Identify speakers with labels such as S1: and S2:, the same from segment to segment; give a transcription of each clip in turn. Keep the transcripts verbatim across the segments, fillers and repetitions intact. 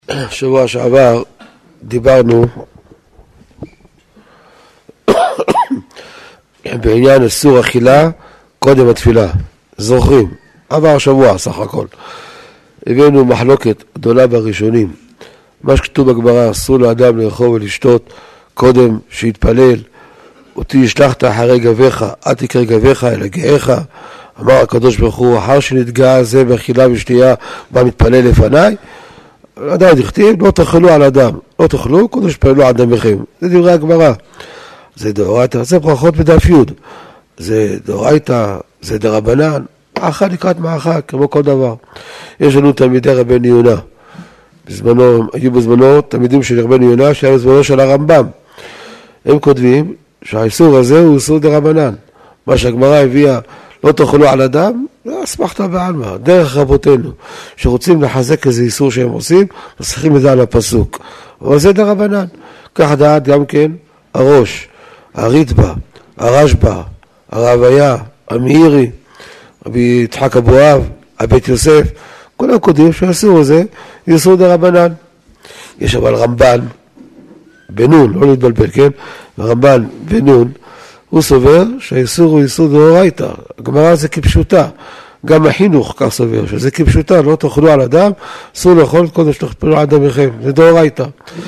S1: שבוע שעבר דיברנו בעניין איסור אכילה קודם התפילה. זוכרים? עבר שבוע סך הכל. הבאנו מחלוקת גדולה בראשונים. מה שכתוב בגמרא, אסור לאדם לאכול ולשתות קודם שיתפלל. אותי השלחת אחרי גביך, אל תקרא גביך אלא גאיך. אמר הקדוש ברוך הוא, אחר שנתגאה זה באכילה ושתייה, בא מתפלל לפניי. עדיין דכתיב, לא תאכלו על אדם, לא תאכלו, קודם שפללו על דמכם. זה דברי הגמרא. זה דאורייתא, זה ברכות בדף י'. זה דאורייתא, זה דרבנן, מאכל לקראת מאכל, כמו כל דבר. יש לנו תלמידי רבנו יונה. בזמנו, היו בזמנו תלמידים של רבנו יונה, שהיה בזמנו של הרמב"ם. הם כותבים שהאיסור הזה הוא איסור דרבנן. מה שהגמרא הביאה, לא תאכלו על אדם, לא אסמכתא בעלמא, דרך רבותינו, שרוצים לחזק איזה איסור שהם עושים, מסכים את זה על הפסוק. אבל זה דרבנן. כך דעת גם כן הראש, הריטב"א, הרשב"א, הרבייה, המאירי, רבי יצחק אבואב, הבית יוסף, כולם כותבים שהאיסור הזה הוא איסור דרבנן. יש אבל רמב"ן בנון, לא להתבלבל, כן? רמב"ן בנון, הוא סובר שהאיסור הוא איסור דאורייתא. הגמרא זה כפשוטה. גם החינוך כך סובר, שזה כפשוטה, לא תאכלו על אדם, אסור לאכול קודם שתאכלו על דמכם, זה דאורייתא.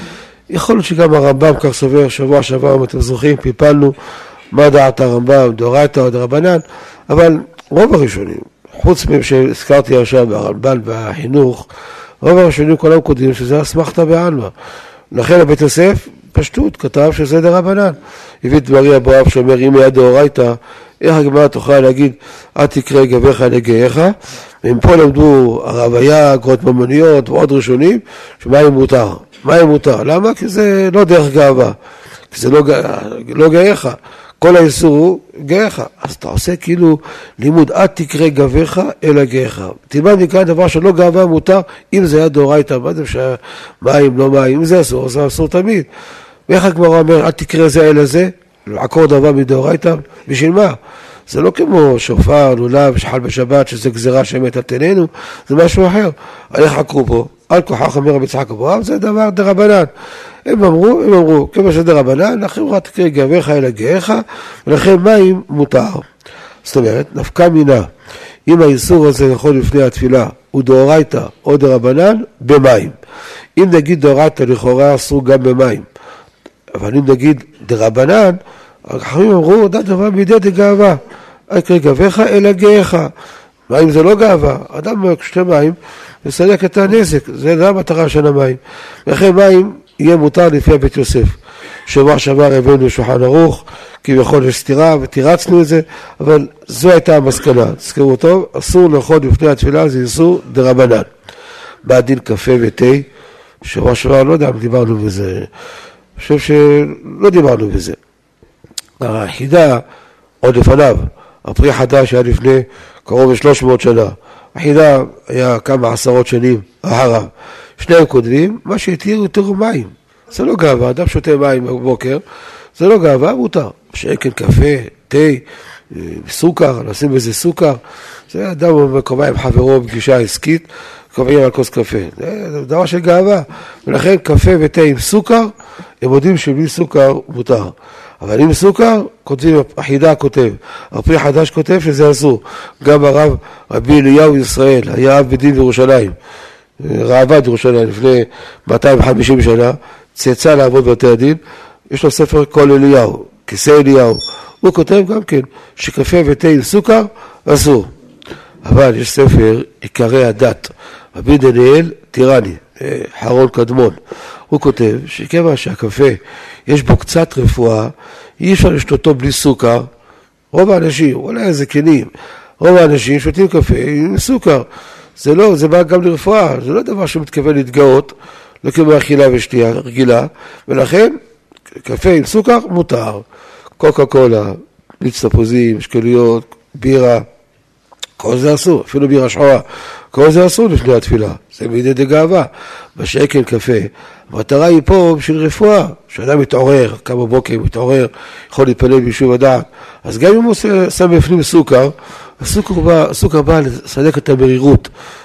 S1: יכול להיות שגם הרמב"ם כך סובר, שבוע שעבר, אם אתם זוכרים, פיפלנו מה דעת הרמב"ם, דאורייתא או דרבנן, אבל רוב הראשונים, חוץ מהם שהזכרתי עכשיו ברמב"ן והחינוך, רוב הראשונים כולם כותבים שזה אסמכתא בעלמא. לכן הבית יוסף פשטות כתב שזה דרבנן. הביא דברי אבואב שאומר, אם היה דאורייתא, איך הגמרא תוכל להגיד, אל תקרא גביך לגאיך, והם פה למדו הרבייה, גרות ממוניות ועוד ראשונים, שמים מותר. מים מותר. למה? כי זה לא דרך גאווה. כי זה לא, לא גאיך. כל האיסור הוא גאיך. אז אתה עושה כאילו לימוד, אל תקרא גביך אלא גאיך. תלמד מכאן דבר שלא גאווה מותר, אם זה היה דאורייתא, מה זה שמים, לא מים, אם זה אסור, זה אסור תמיד. ואיך הגמרא אומר, אל תקרא זה אלא זה, לעקור דבר מדאורייתא, בשביל מה? זה לא כמו שופר, לולב, שחל בשבת, שזה גזירה שמת על תננו, זה משהו אחר. איך עקרו פה? על כוחך אומר רבי יצחק אבואב, זה דבר דרבנן. הם אמרו, הם אמרו, כמו שזה דרבנן, לכן רק תקרא גביך אלא גאיך, ולכן מים מותר. זאת אומרת, נפקא מינה, אם האיסור הזה יכול לפני התפילה, הוא דאורייתא או דרבנן, במים. אם נגיד דאורייתא לכאורה אסור גם במים. אבל אם נגיד דרבנן, החכמים אמרו, דת דבר מידי דגאווה. אל תקרא גביך אלא גאיך. מים זה לא גאווה. אדם שתי מים, לסלק את הנזק. זה לא המטרה של המים. לכן מים יהיה מותר לפי בית יוסף. שבוע שעבר הבאנו שולחן ערוך, כביכול יש סתירה, ותירצנו את זה, אבל זו הייתה המסקנה. תזכרו טוב, אסור לאכול לפני התפילה, זה איסור דרבנן. בעדין קפה ותה, שבוע שעבר לא יודע אם דיברנו בזה. אני חושב שלא דיברנו בזה. החידה עוד לפניו, הפרי חדש היה לפני קרוב ל-שלוש מאות שנה. החידה היה כמה עשרות שנים אחריו. שניהם כותבים, מה שהתירו תירו מים. זה לא גאווה, אדם שותה מים בבוקר, זה לא גאווה, מותר. שקל, קפה, תה, סוכר, נשים בזה סוכר. זה אדם קובע עם חברו בפגישה עסקית, קובעים על כוס קפה. זה דבר של גאווה. ולכן קפה ותה עם סוכר, הם יודעים שבלי סוכר מותר. אבל עם סוכר, כותבים, החידה כותב, הפרי חדש כותב שזה אסור. גם הרב רבי אליהו ישראל, היה אב בדין בירושלים, רעב"ד ירושלים לפני מאתיים וחמישים שנה, צאצא לעבוד בבתי הדין, יש לו ספר כל אליהו, כיסא אליהו. הוא כותב גם כן שקפה ותה עם סוכר אסור. אבל יש ספר עיקרי הדת, רבי דניאל טירני, חרון קדמון. הוא כותב שכיוון שהקפה יש בו קצת רפואה, אי אפשר לשתותו בלי סוכר. רוב האנשים, אולי איזה כנים, רוב האנשים שותים קפה עם סוכר. זה לא, זה בא גם לרפואה, זה לא דבר שמתכוון להתגאות, לא כמו אכילה ושתייה רגילה, ולכן קפה עם סוכר מותר. קוקה קולה, מיץ תפוזים, שקליות, בירה, כל זה אסור, אפילו בירה שחורה, כל זה אסור לפני התפילה, זה מידי דגאווה. בשקל קפה, המטרה היא פה בשביל רפואה, שאדם מתעורר, קם בבוקר מתעורר, יכול להתפלל ביישוב הדעת, אז גם אם הוא שם בפנים סוכר, הסוכר בא, הסוכר בא לסלק את המרירות,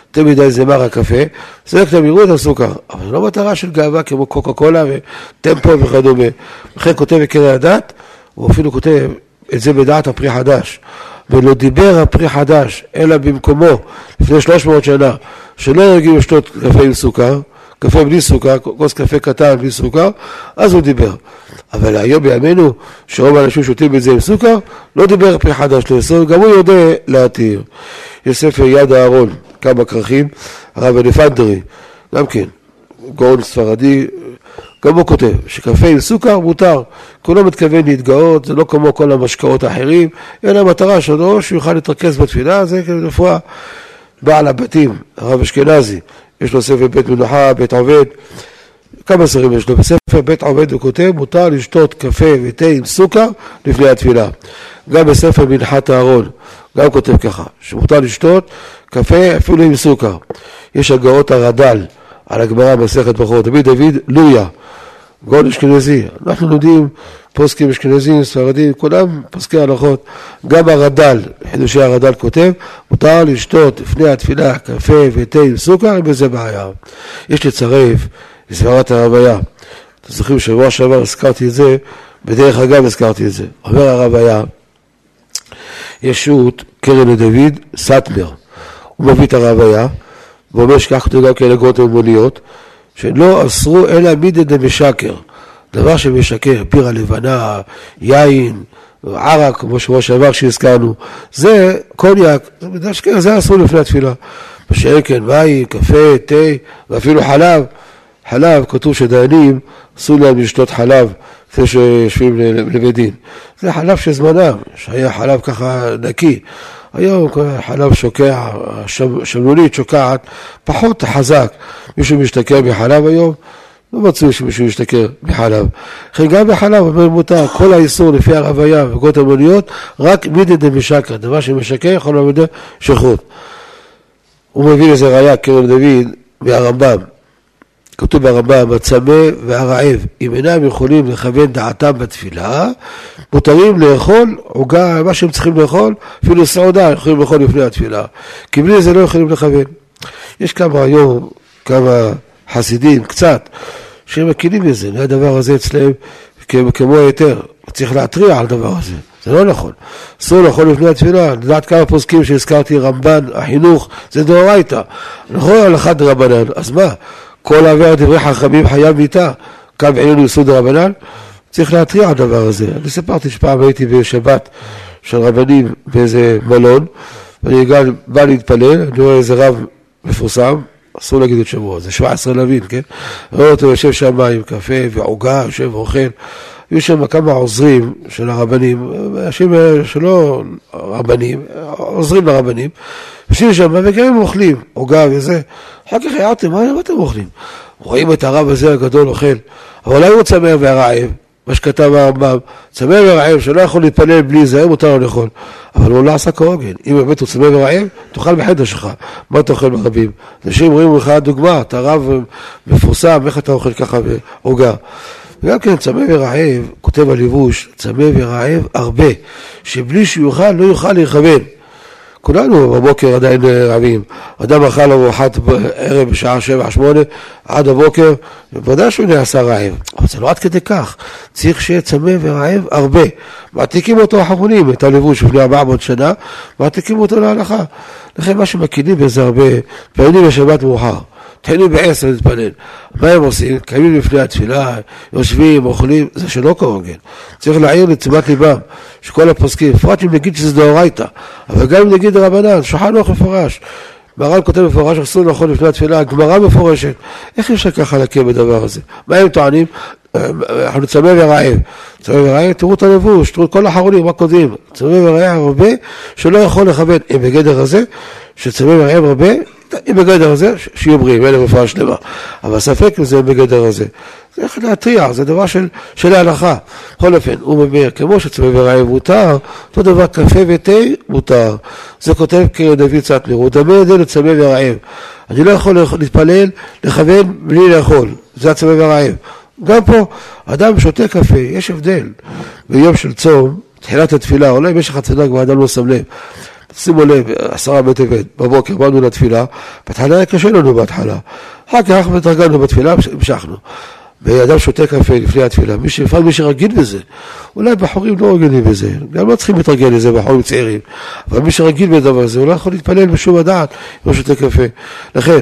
S1: יותר מדי זה מר הקפה, זה רק תמירו את הסוכר, אבל זה לא מטרה של גאווה כמו קוקה קולה וטמפו וכדומה. לכן כותב עיקרי הדת, הוא אפילו כותב את זה בדעת הפרי חדש, ולא דיבר הפרי חדש, אלא במקומו, לפני שלוש מאות שנה, שלא ירגיעו לשתות קפה עם סוכר, קפה בלי סוכר, כוס קפה קטן בלי סוכר, אז הוא דיבר. אבל היום בימינו, שרוב האנשים שותים את זה עם סוכר, לא דיבר הפרי חדש לאסור, גם הוא יודע להתיר. יש ספר יד הארון, כמה כרכים, הרב אלפנדרי, גם כן, גאון ספרדי, גם הוא כותב שקפה עם סוכר מותר, כולו מתכוון להתגאות, זה לא כמו כל המשקאות האחרים, אלא המטרה שלו שהוא יוכל להתרכז בתפילה, זה כרפואה. בעל הבתים, הרב אשכנזי, יש לו ספר בית מנוחה, בית עובד, כמה ספרים יש לו, בספר בית עובד הוא כותב, מותר לשתות קפה ותה עם סוכר לפני התפילה. גם בספר מנחת הארון, גם כותב ככה, שמותר לשתות קפה אפילו עם סוכר. יש הגאות הרד"ל, על הגמרא מסכת ברכות, תמיד דוד לויה, גאון אשכנזי, אנחנו לומדים פוסקים אשכנזים, ספרדים, כולם פוסקי הלכות, גם הרד"ל, חידושי הרד"ל כותב, מותר לשתות לפני התפילה קפה ותה עם סוכר, עם איזה בעיה. יש לצרף לסברת הרוויה, אתם זוכרים שבוע שעבר הזכרתי את זה, בדרך אגב הזכרתי את זה, אומר הרוויה, ישות קרן לדוד סטמר, הוא מביא את הרוויה, ואומר שכך כתוב גם כאלה גרות ממוניות, שלא אסרו אלא מידי דמשקר, דבר שמשקר, בירה לבנה, יין, ערק, כמו שבוע שעבר שהזכרנו, זה קוניאק, זה, זה אסרו לפני התפילה. בשאין כן, מים, קפה, תה, ואפילו חלב. חלב, כתוב שדיינים אסור להם לשתות חלב, לפני שיושבים לבית דין. זה חלב של זמנם, שהיה חלב ככה נקי. היום חלב שוקע, שמנונית שוקעת, פחות חזק. מישהו משתכר בחלב היום, לא מצוי שמישהו משתכר בחלב. לכן גם בחלב, אומר מותר, כל האיסור לפי הרוויה וגות המוניות, רק מידי דמשקר, דבר שמשקר יכול לעמוד שכרות. הוא מביא לזה ראיה, קרן דוד, מהרמב"ם. כתוב ברמב"ם, הצמא והרעב, אם אינם יכולים לכוון דעתם בתפילה, מותרים לאכול עוגה, מה שהם צריכים לאכול, אפילו סעודה יכולים לאכול לפני התפילה. כי בלי זה לא יכולים לכוון. יש כמה היום, כמה חסידים, קצת, שהם מקינים בזה, הדבר הזה אצלם כמו היתר, צריך להתריע על דבר הזה. זה לא נכון. אסור לאכול לפני התפילה, לדעת כמה פוסקים שהזכרתי, רמב"ן, החינוך, זה דאורייתא. נכון על אחד רבנן, אז מה? כל העבר דברי חכמים חייב מיתה, קו עלינו יסוד רבנן, צריך להתריע על הדבר הזה. אני סיפרתי שפעם הייתי בשבת של רבנים באיזה מלון, ואני גם בא להתפלל, אני רואה איזה רב מפורסם, אסור להגיד את שבוע, זה שבע עשרה לבין, כן? רואה אותו יושב שם עם קפה ועוגה, יושב ואוכל, היו שם כמה עוזרים של הרבנים, אנשים שלא רבנים, עוזרים לרבנים, יושבים שם וגם הם אוכלים, עוגה וזה, אחר כך הערתם, מה אתם אוכלים? רואים את הרב הזה הגדול אוכל, אבל אולי הוא צמא והרעב, מה שכתב הרמב"ם, צמא ורעב שלא יכול להתפלל בלי זה, מותר לו לאכול, אבל הוא לא עשה כהוגן, אם באמת הוא צמא ורעב, תאכל בחדר שלך, מה אתה אוכל ברבים? אנשים רואים לך דוגמה, אתה רב מפורסם, איך אתה אוכל ככה בעוגה? וגם כן, צמא ורעב, כותב הליבוש, צמא ורעב הרבה, שבלי שהוא יוכל, לא יוכל להיכוון. כולנו בבוקר עדיין רעבים. אדם אכל ארוחת ערב בשעה שבע שמונה, עד הבוקר, ובוודאי שהוא נעשה רעב. אבל זה לא עד כדי כך. צריך שיהיה צמא ורעב הרבה. מעתיקים אותו אחרונים, את הליבוש לפני ארבע מאות שנה, מעתיקים אותו להלכה. לכן מה שמקינים בזה הרבה, פעמים בשבת מאוחר. תהיינו בעשר להתפלל. מה הם עושים? קיימים לפני התפילה, יושבים, אוכלים, זה שלא כהוגן. צריך להעיר לתשומת ליבם, שכל הפוסקים, בפרט אם נגיד שזה דאורייתא, אבל גם אם נגיד רבנן, שולחן ערוך מפורש. מרן כותב מפורש, אסור לאכול לפני התפילה, גמרא מפורשת. איך אפשר ככה להכיר בדבר הזה? מה הם טוענים? אנחנו צמא ורעב. צמא ורעב, תראו את הלבוש, תראו את כל האחרונים, מה קודם. צמא ורעב הרבה, שלא יכול לכוון. אם בגדר הזה, שצמא ורעב הרבה, אם בגדר הזה, שיהיו בריאים, אין רפואה שלמה. אבל ספק אם זה בגדר הזה. זה איך להתריע, זה דבר של, של ההלכה. בכל אופן, הוא אומר, כמו שצמא ורעב מותר, אותו דבר קפה ותה מותר. זה כותב קרן דוד סטמר, הוא דמה את זה לצמא ורעב. אני לא יכול להתפלל, לכוון בלי לאכול. זה הצמא ורעב. גם פה, אדם שותה קפה, יש הבדל. ביום של צום, תחילת התפילה, אולי במשך הצדק ואדם לא שם לב. שימו לב, עשרה בטבת, בבוקר, באנו לתפילה, בהתחלה היה קשה לנו בהתחלה, אחר כך התרגלנו בתפילה, המשכנו. ואדם שותה קפה לפני התפילה, מי שלפעמים מי שרגיל בזה, אולי בחורים לא רגילים בזה, גם לא צריכים להתרגל לזה בחורים צעירים, אבל מי שרגיל בדבר הזה, הוא לא יכול להתפלל בשום הדעת, אם הוא שותה קפה. לכן,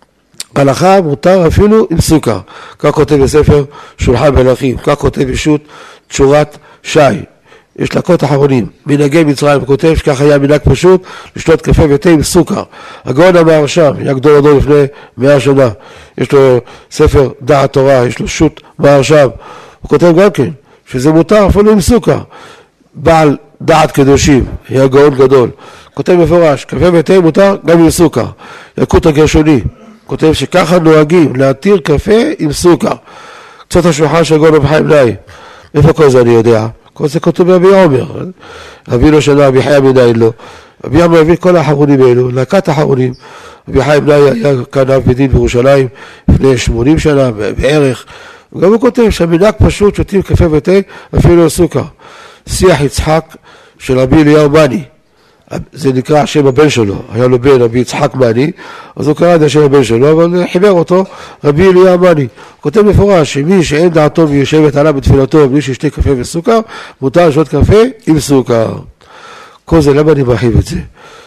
S1: הלכה מותר אפילו עם סוכר, כך כותב בספר שולחן מלכים, כך כותב בשו"ת צורת שי, יש לקות אחרונים, מנהגי מצרים, כותב שכך היה מנהג פשוט, לשתות קפה ותה עם סוכר. הגאון המהרש"ם, היה גדול אדון לפני מאה שנה, יש לו ספר דעת תורה, יש לו שו"ת מהרש"ם, הוא כותב גם כן, שזה מותר אפילו עם סוכר. בעל דעת קדושים, היה גאון גדול, כותב מפורש, קפה ותה מותר גם עם סוכר. יקות הגרשוני, כותב שככה נוהגים להתיר קפה עם סוכר. קצת השולחן של הגאון רבי חיים בנאי, איפה כל זה אני יודע? כל זה כתוב ברבי עומר, רבי לא שנה, רבי חיים בנאי לא. רבי עומר הביא כל האחרונים האלו, להקת האחרונים. רבי חיים בנאי היה כאן אב בית דין בירושלים לפני שמונים שנה בערך. וגם הוא כותב שהמנהג פשוט שותים קפה ותה אפילו סוכר. שיח יצחק של רבי אליהו מני, זה נקרא שם הבן שלו, היה לו בן רבי יצחק מני, אז הוא קרא את השם הבן שלו, אבל חיבר אותו רבי אליהו מני. הוא כותב מפורש שמי שאין דעתו ויושבת עליו בתפילתו בלי שישתה קפה וסוכר, מותר לשתות קפה עם סוכר. כל זה למה אני מרחיב את זה?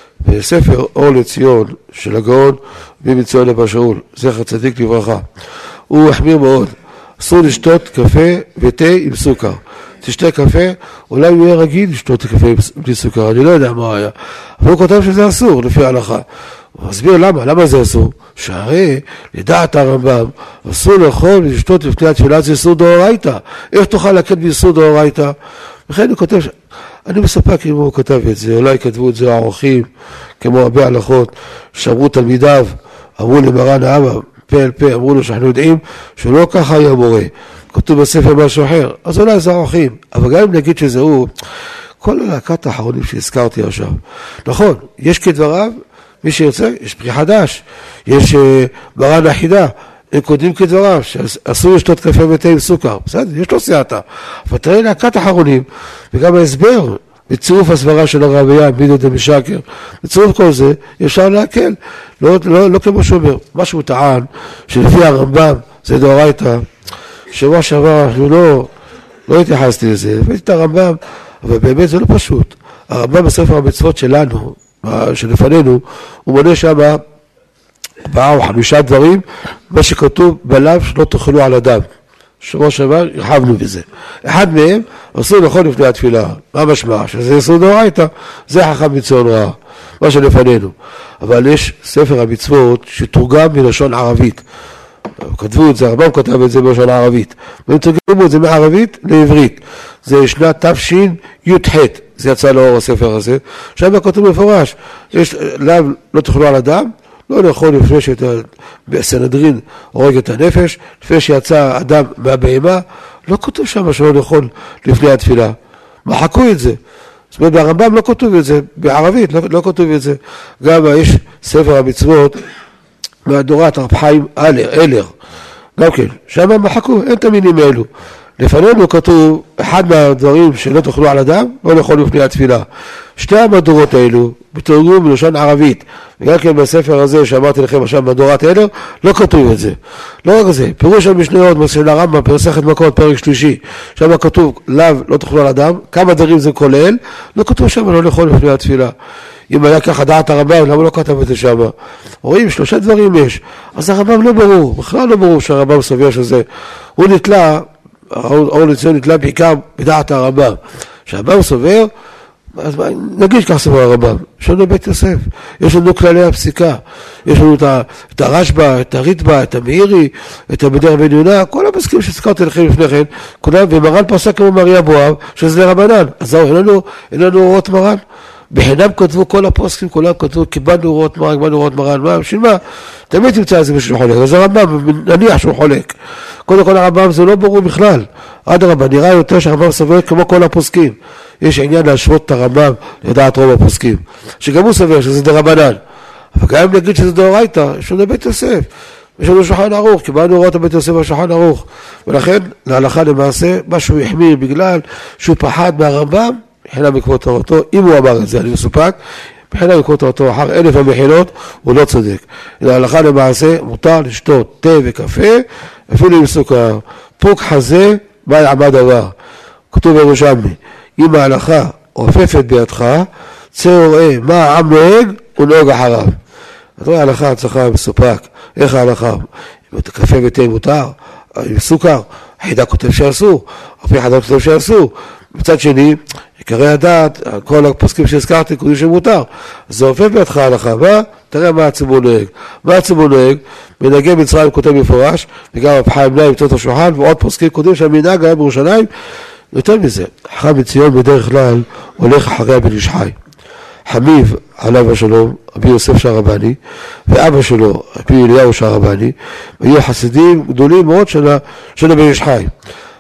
S1: בספר אור לציון של הגאון מציון אבא שאול, זכר צדיק לברכה, הוא החמיר מאוד, אסור לשתות קפה ותה עם סוכר. תשתה קפה, אולי הוא יהיה רגיל לשתות קפה בלי סוכר, אני לא יודע מה היה, אבל הוא כותב שזה אסור לפי ההלכה. הוא מסביר למה, למה זה אסור? שהרי לדעת הרמב"ם אסור לאכול ולשתות לפני התפילה, זה איסור דאורייתא. איך תוכל לקט באיסור דאורייתא? וכן הוא כותב, אני מספק אם הוא כותב את זה, אולי כתבו את זה העורכים, כמו הרבה הלכות, שאמרו תלמידיו, אמרו למרן האבא, פה אל פה, אמרו לו שאנחנו יודעים שלא ככה היה מורה, כתוב בספר משהו אחר, אז אולי זה עורכים, אבל גם אם נגיד שזה הוא, כל הלהקת האחרונים שהזכרתי עכשיו, נכון, יש כדבריו, מי שירצה, יש פרי חדש, יש uh, מרן אחידה, הם קודמים כדבריו, שאסור לשתות קפה ותה עם סוכר, בסדר, יש לו סייעתה, אבל תראה להקת האחרונים, וגם ההסבר, בצירוף הסברה של הרבייה, מידו דמשקר, בצירוף כל זה, אפשר להקל, לא, לא, לא כמו שאומר, מה שהוא טען, שלפי הרמב"ם, זה דאורייתא, שבוע שעבר, אנחנו לא, לא התייחסתי לזה, הבאתי את הרמב"ם, אבל באמת זה לא פשוט, הרמב"ם בספר המצוות שלנו, שלפנינו, הוא מונה שם ארבעה או חמישה דברים, מה שכתוב בלב שלא תאכלו על אדם. שבוע שעבר הרחבנו בזה. אחד מהם, אסור לאכול לפני התפילה. מה משמע? שזה אסור דאורייתא, זה חכם מציון רעה, מה שלפנינו. אבל יש ספר המצוות שתורגם מלשון ערבית. כתבו את זה, הרמב"ם כתב את זה בלשון ערבית. והם תרגמו את זה מערבית לעברית. זה שנת תשי"ח. זה יצא לאור הספר הזה. שם כתוב מפורש, יש לאו לא תאכלו על אדם, לא לאכול לפני שבסנהדרין הורג את הנפש, לפני שיצא אדם מהבהמה, לא כתוב שם שלא לאכול לפני התפילה. מחקו את זה. זאת אומרת, ברמב"ם לא כתוב את זה, בערבית לא, לא כתוב את זה. גם יש ספר המצוות, מהדורת הרב חיים אלר, גם כן, שם מחקו, אין את המינים האלו. לפנינו כתוב, אחד מהדברים שלא תאכלו על אדם, לא לאכול לפני התפילה. שתי המדורות האלו, בתרגום בלשון ערבית, וגם כן בספר הזה שאמרתי לכם עכשיו, מדורת אלר, לא כתוב את זה. לא רק זה, פירוש המשניות, של הרמב"ם, פרסכת מכות, פרק שלישי, שם כתוב, לאו לא תאכלו על אדם, כמה דברים זה כולל, לא כתוב שם לא לאכול לפני התפילה. אם היה ככה דעת הרמב"ם, למה לא כתב את זה שם? רואים, שלושה דברים יש. אז הרמב"ם לא ברור, בכלל לא ברור שהרמב"ם סובר שזה. הוא נתלה, האור לציון נתלה בעיקר בדעת הרמב"ם. שהרמב"ם סובר, אז נגיד כך סובר הרמב"ם, יש לנו בית יוסף, יש לנו כללי הפסיקה, יש לנו את הרשב"א, את הריטב"א, את המאירי, את המדר בן יונה, כל הפסקים שהזכרתי לכם לפני כן, כולם, ומרן פסק כמו מרי אבואב, שזה לרבנן. אז זהו, אין לנו אורות מרן. בחינם כתבו כל הפוסקים, כולם כתבו, קיבלנו אורות מרן, קיבלנו אורות מרן, מה, בשביל מה? תמיד תמצא איזה מישהו חולק, אז הרמב"ם, נניח שהוא חולק. קודם כל הרמב"ם זה לא ברור בכלל. עד הרמב"ם, נראה יותר שהרמב"ם סובר כמו כל הפוסקים. יש עניין להשוות את הרמב"ם לדעת רוב הפוסקים, שגם הוא סובר שזה דרבנן. אבל גם אם נגיד שזה דאורייתא, יש לנו בית יוסף, יש לנו שולחן ערוך, קיבלנו הוראות הבית יוסף בשולחן ערוך. ולכן, להלכה למעשה, משהו החמיר בגלל שהוא פחד מהרמב"ם, מבחינה בעקבות תורתו, אם הוא אמר את זה, אני מסופק, מבחינה יקרות אותו אחר אלף המחילות, הוא לא צודק. להלכה למעשה מותר לשתות תה וקפה, אפילו עם סוכר. פוק חזה, מה יעמד דבר? כתוב בירושלמי, אם ההלכה עופפת בידך, צא וראה מה העם נוהג, הוא נוהג אחריו. אתה רואה ההלכה צריכה מסופק, איך ההלכה? אם אתה קפה ותה מותר, עם סוכר, החידה כותב שאסור, הפי חדה כותב שאסור. מצד שני, עיקרי הדעת, כל הפוסקים שהזכרתי, כותבים שמותר. אז זה עופף בידך ההלכה, מה? תראה מה הציבור נוהג. מה הציבור נוהג? מנהגי מצרים כותב מפורש, וגם הפחיים נאי מצוות השולחן, ועוד פוסקים כותבים שהמנהג היה בירושלים. יותר מזה, חכם מציון בדרך כלל הולך אחרי בן איש חי. חמיב עליו השלום, רבי יוסף שערבני, ואבא שלו, רבי אליהו שערבני, והיו חסידים גדולים מאוד של, של בן איש חי.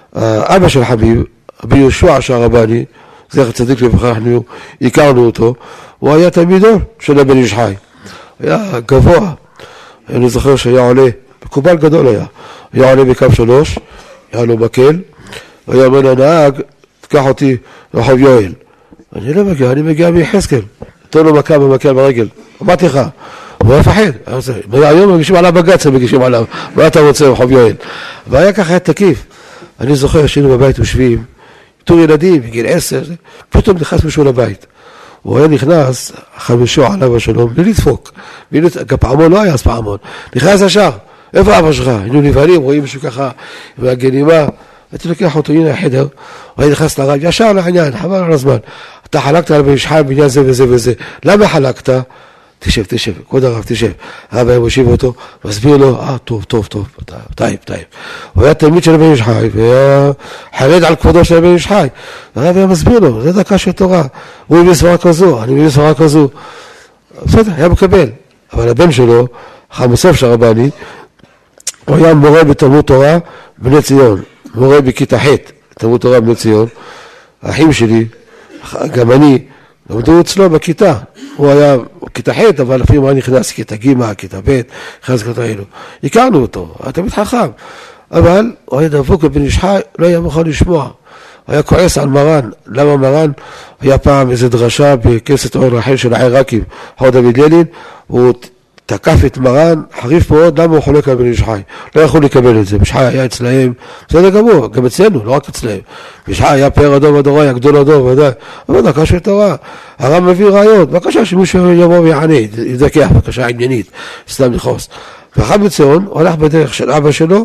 S1: אבא של חמיב, רבי יהושע שערבני, זכר צדיק לברכה, אנחנו הכרנו אותו, הוא היה תלמידו של בן איש חי. היה גבוה, אני זוכר שהיה עולה, מקובל גדול היה, היה עולה בקו שלוש, היה לו מקל, והיה אומר לנהג, תקח אותי רחוב יואל. אני לא מגיע, אני מגיע מיחזקאל. תן לו מכה במקל ברגל. אמרתי לך, הוא לא מפחד. היום מגישים עליו בג"ץ, מגישים עליו. מה אתה רוצה רחוב יואל? והיה ככה היה תקיף. אני זוכר שהיינו בבית יושבים, בתור ילדים, בגיל עשר, פתאום נכנס מישהו לבית. הוא היה נכנס, חמישו עליו השלום, בלי לדפוק. פעמון לא היה אז פעמון. נכנס ישר. איפה אבא שלך? היינו נבהלים, רואים מישהו ככה, והגנימה. הייתי לוקח אותו, הנה החדר, והייתי נכנס לרב, ישר לעניין, חבל על הזמן. אתה חלקת על בן איש חי בעניין זה וזה וזה. למה חלקת? תשב, תשב, כבוד הרב, תשב. הרב היה מושיב אותו, מסביר לו, אה, טוב, טוב, טוב, טייב, טייב. הוא היה תלמיד של בן איש חי, והיה חרד על כבודו של בן איש חי. הרב היה מסביר לו, זה דקה של תורה. הוא מביא סברה כזו, אני מביא סברה כזו. בסדר, היה מקבל. אבל הבן שלו, חכם יוסף שערבני, הוא היה מורה בתלמוד תורה בני ציון. מורה בכיתה ח' תלמוד תורה בני ציון. האחים שלי, גם אני, למדו אצלו בכיתה. הוא היה כיתה ח' אבל לפעמים היה נכנס כיתה ג', כיתה ב', נכנס כיתה אלו. הכרנו אותו, היה תמיד חכם. אבל הוא היה דבוק בבן איש חי, לא היה מוכן לשמוע. הוא היה כועס על מרן. למה מרן? היה פעם איזו דרשה בכנסת אור רחל של העיראקים, חור דוד לנין, הוא תקף את מרן, חריף מאוד, למה הוא חולק על בן איש חי? לא יכול לקבל את זה. בן איש חי היה אצלהם, בסדר גמור, גם אצלנו, לא רק אצלהם. בן איש חי היה פאר הדור ודורו, היה גדול הדור ודאי. אבל דקה של תורה. הרב מביא ראיות, בבקשה שמישהו יבוא ויענה, ידקח, בבקשה עניינית, סתם לחוס. וחכם מציון הולך בדרך של אבא שלו,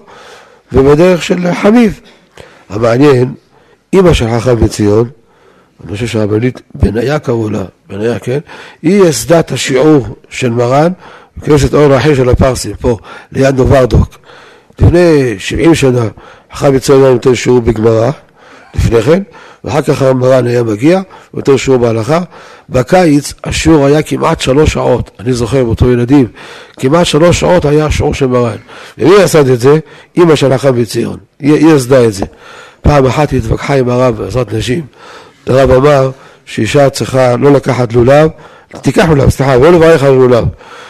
S1: ובדרך של חמיב. המעניין, אמא של חכם מציון, אני חושב שהרבנית בניה קראו לה, בניה, כן? היא יסדת השיעור של מרן, בכנסת אור רחל של הפרסים, פה, ליד נוברדוק. לפני שבעים שנה, חכם מציון היה נותן שיעור בגמרא, לפני כן, ואחר כך מרן היה מגיע, ונותן שיעור בהלכה. בקיץ השיעור היה כמעט שלוש שעות, אני זוכר באותו ילדים, כמעט שלוש שעות היה השיעור של מרן. ומי עשה את זה? אמא של חכם מציון, היא, היא עשתה את זה. פעם אחת היא התווכחה עם הרב בעזרת נשים, הרב אמר שאישה צריכה לא לקחת לולב, תיקח לולב, סליחה, לא לברך על לולב.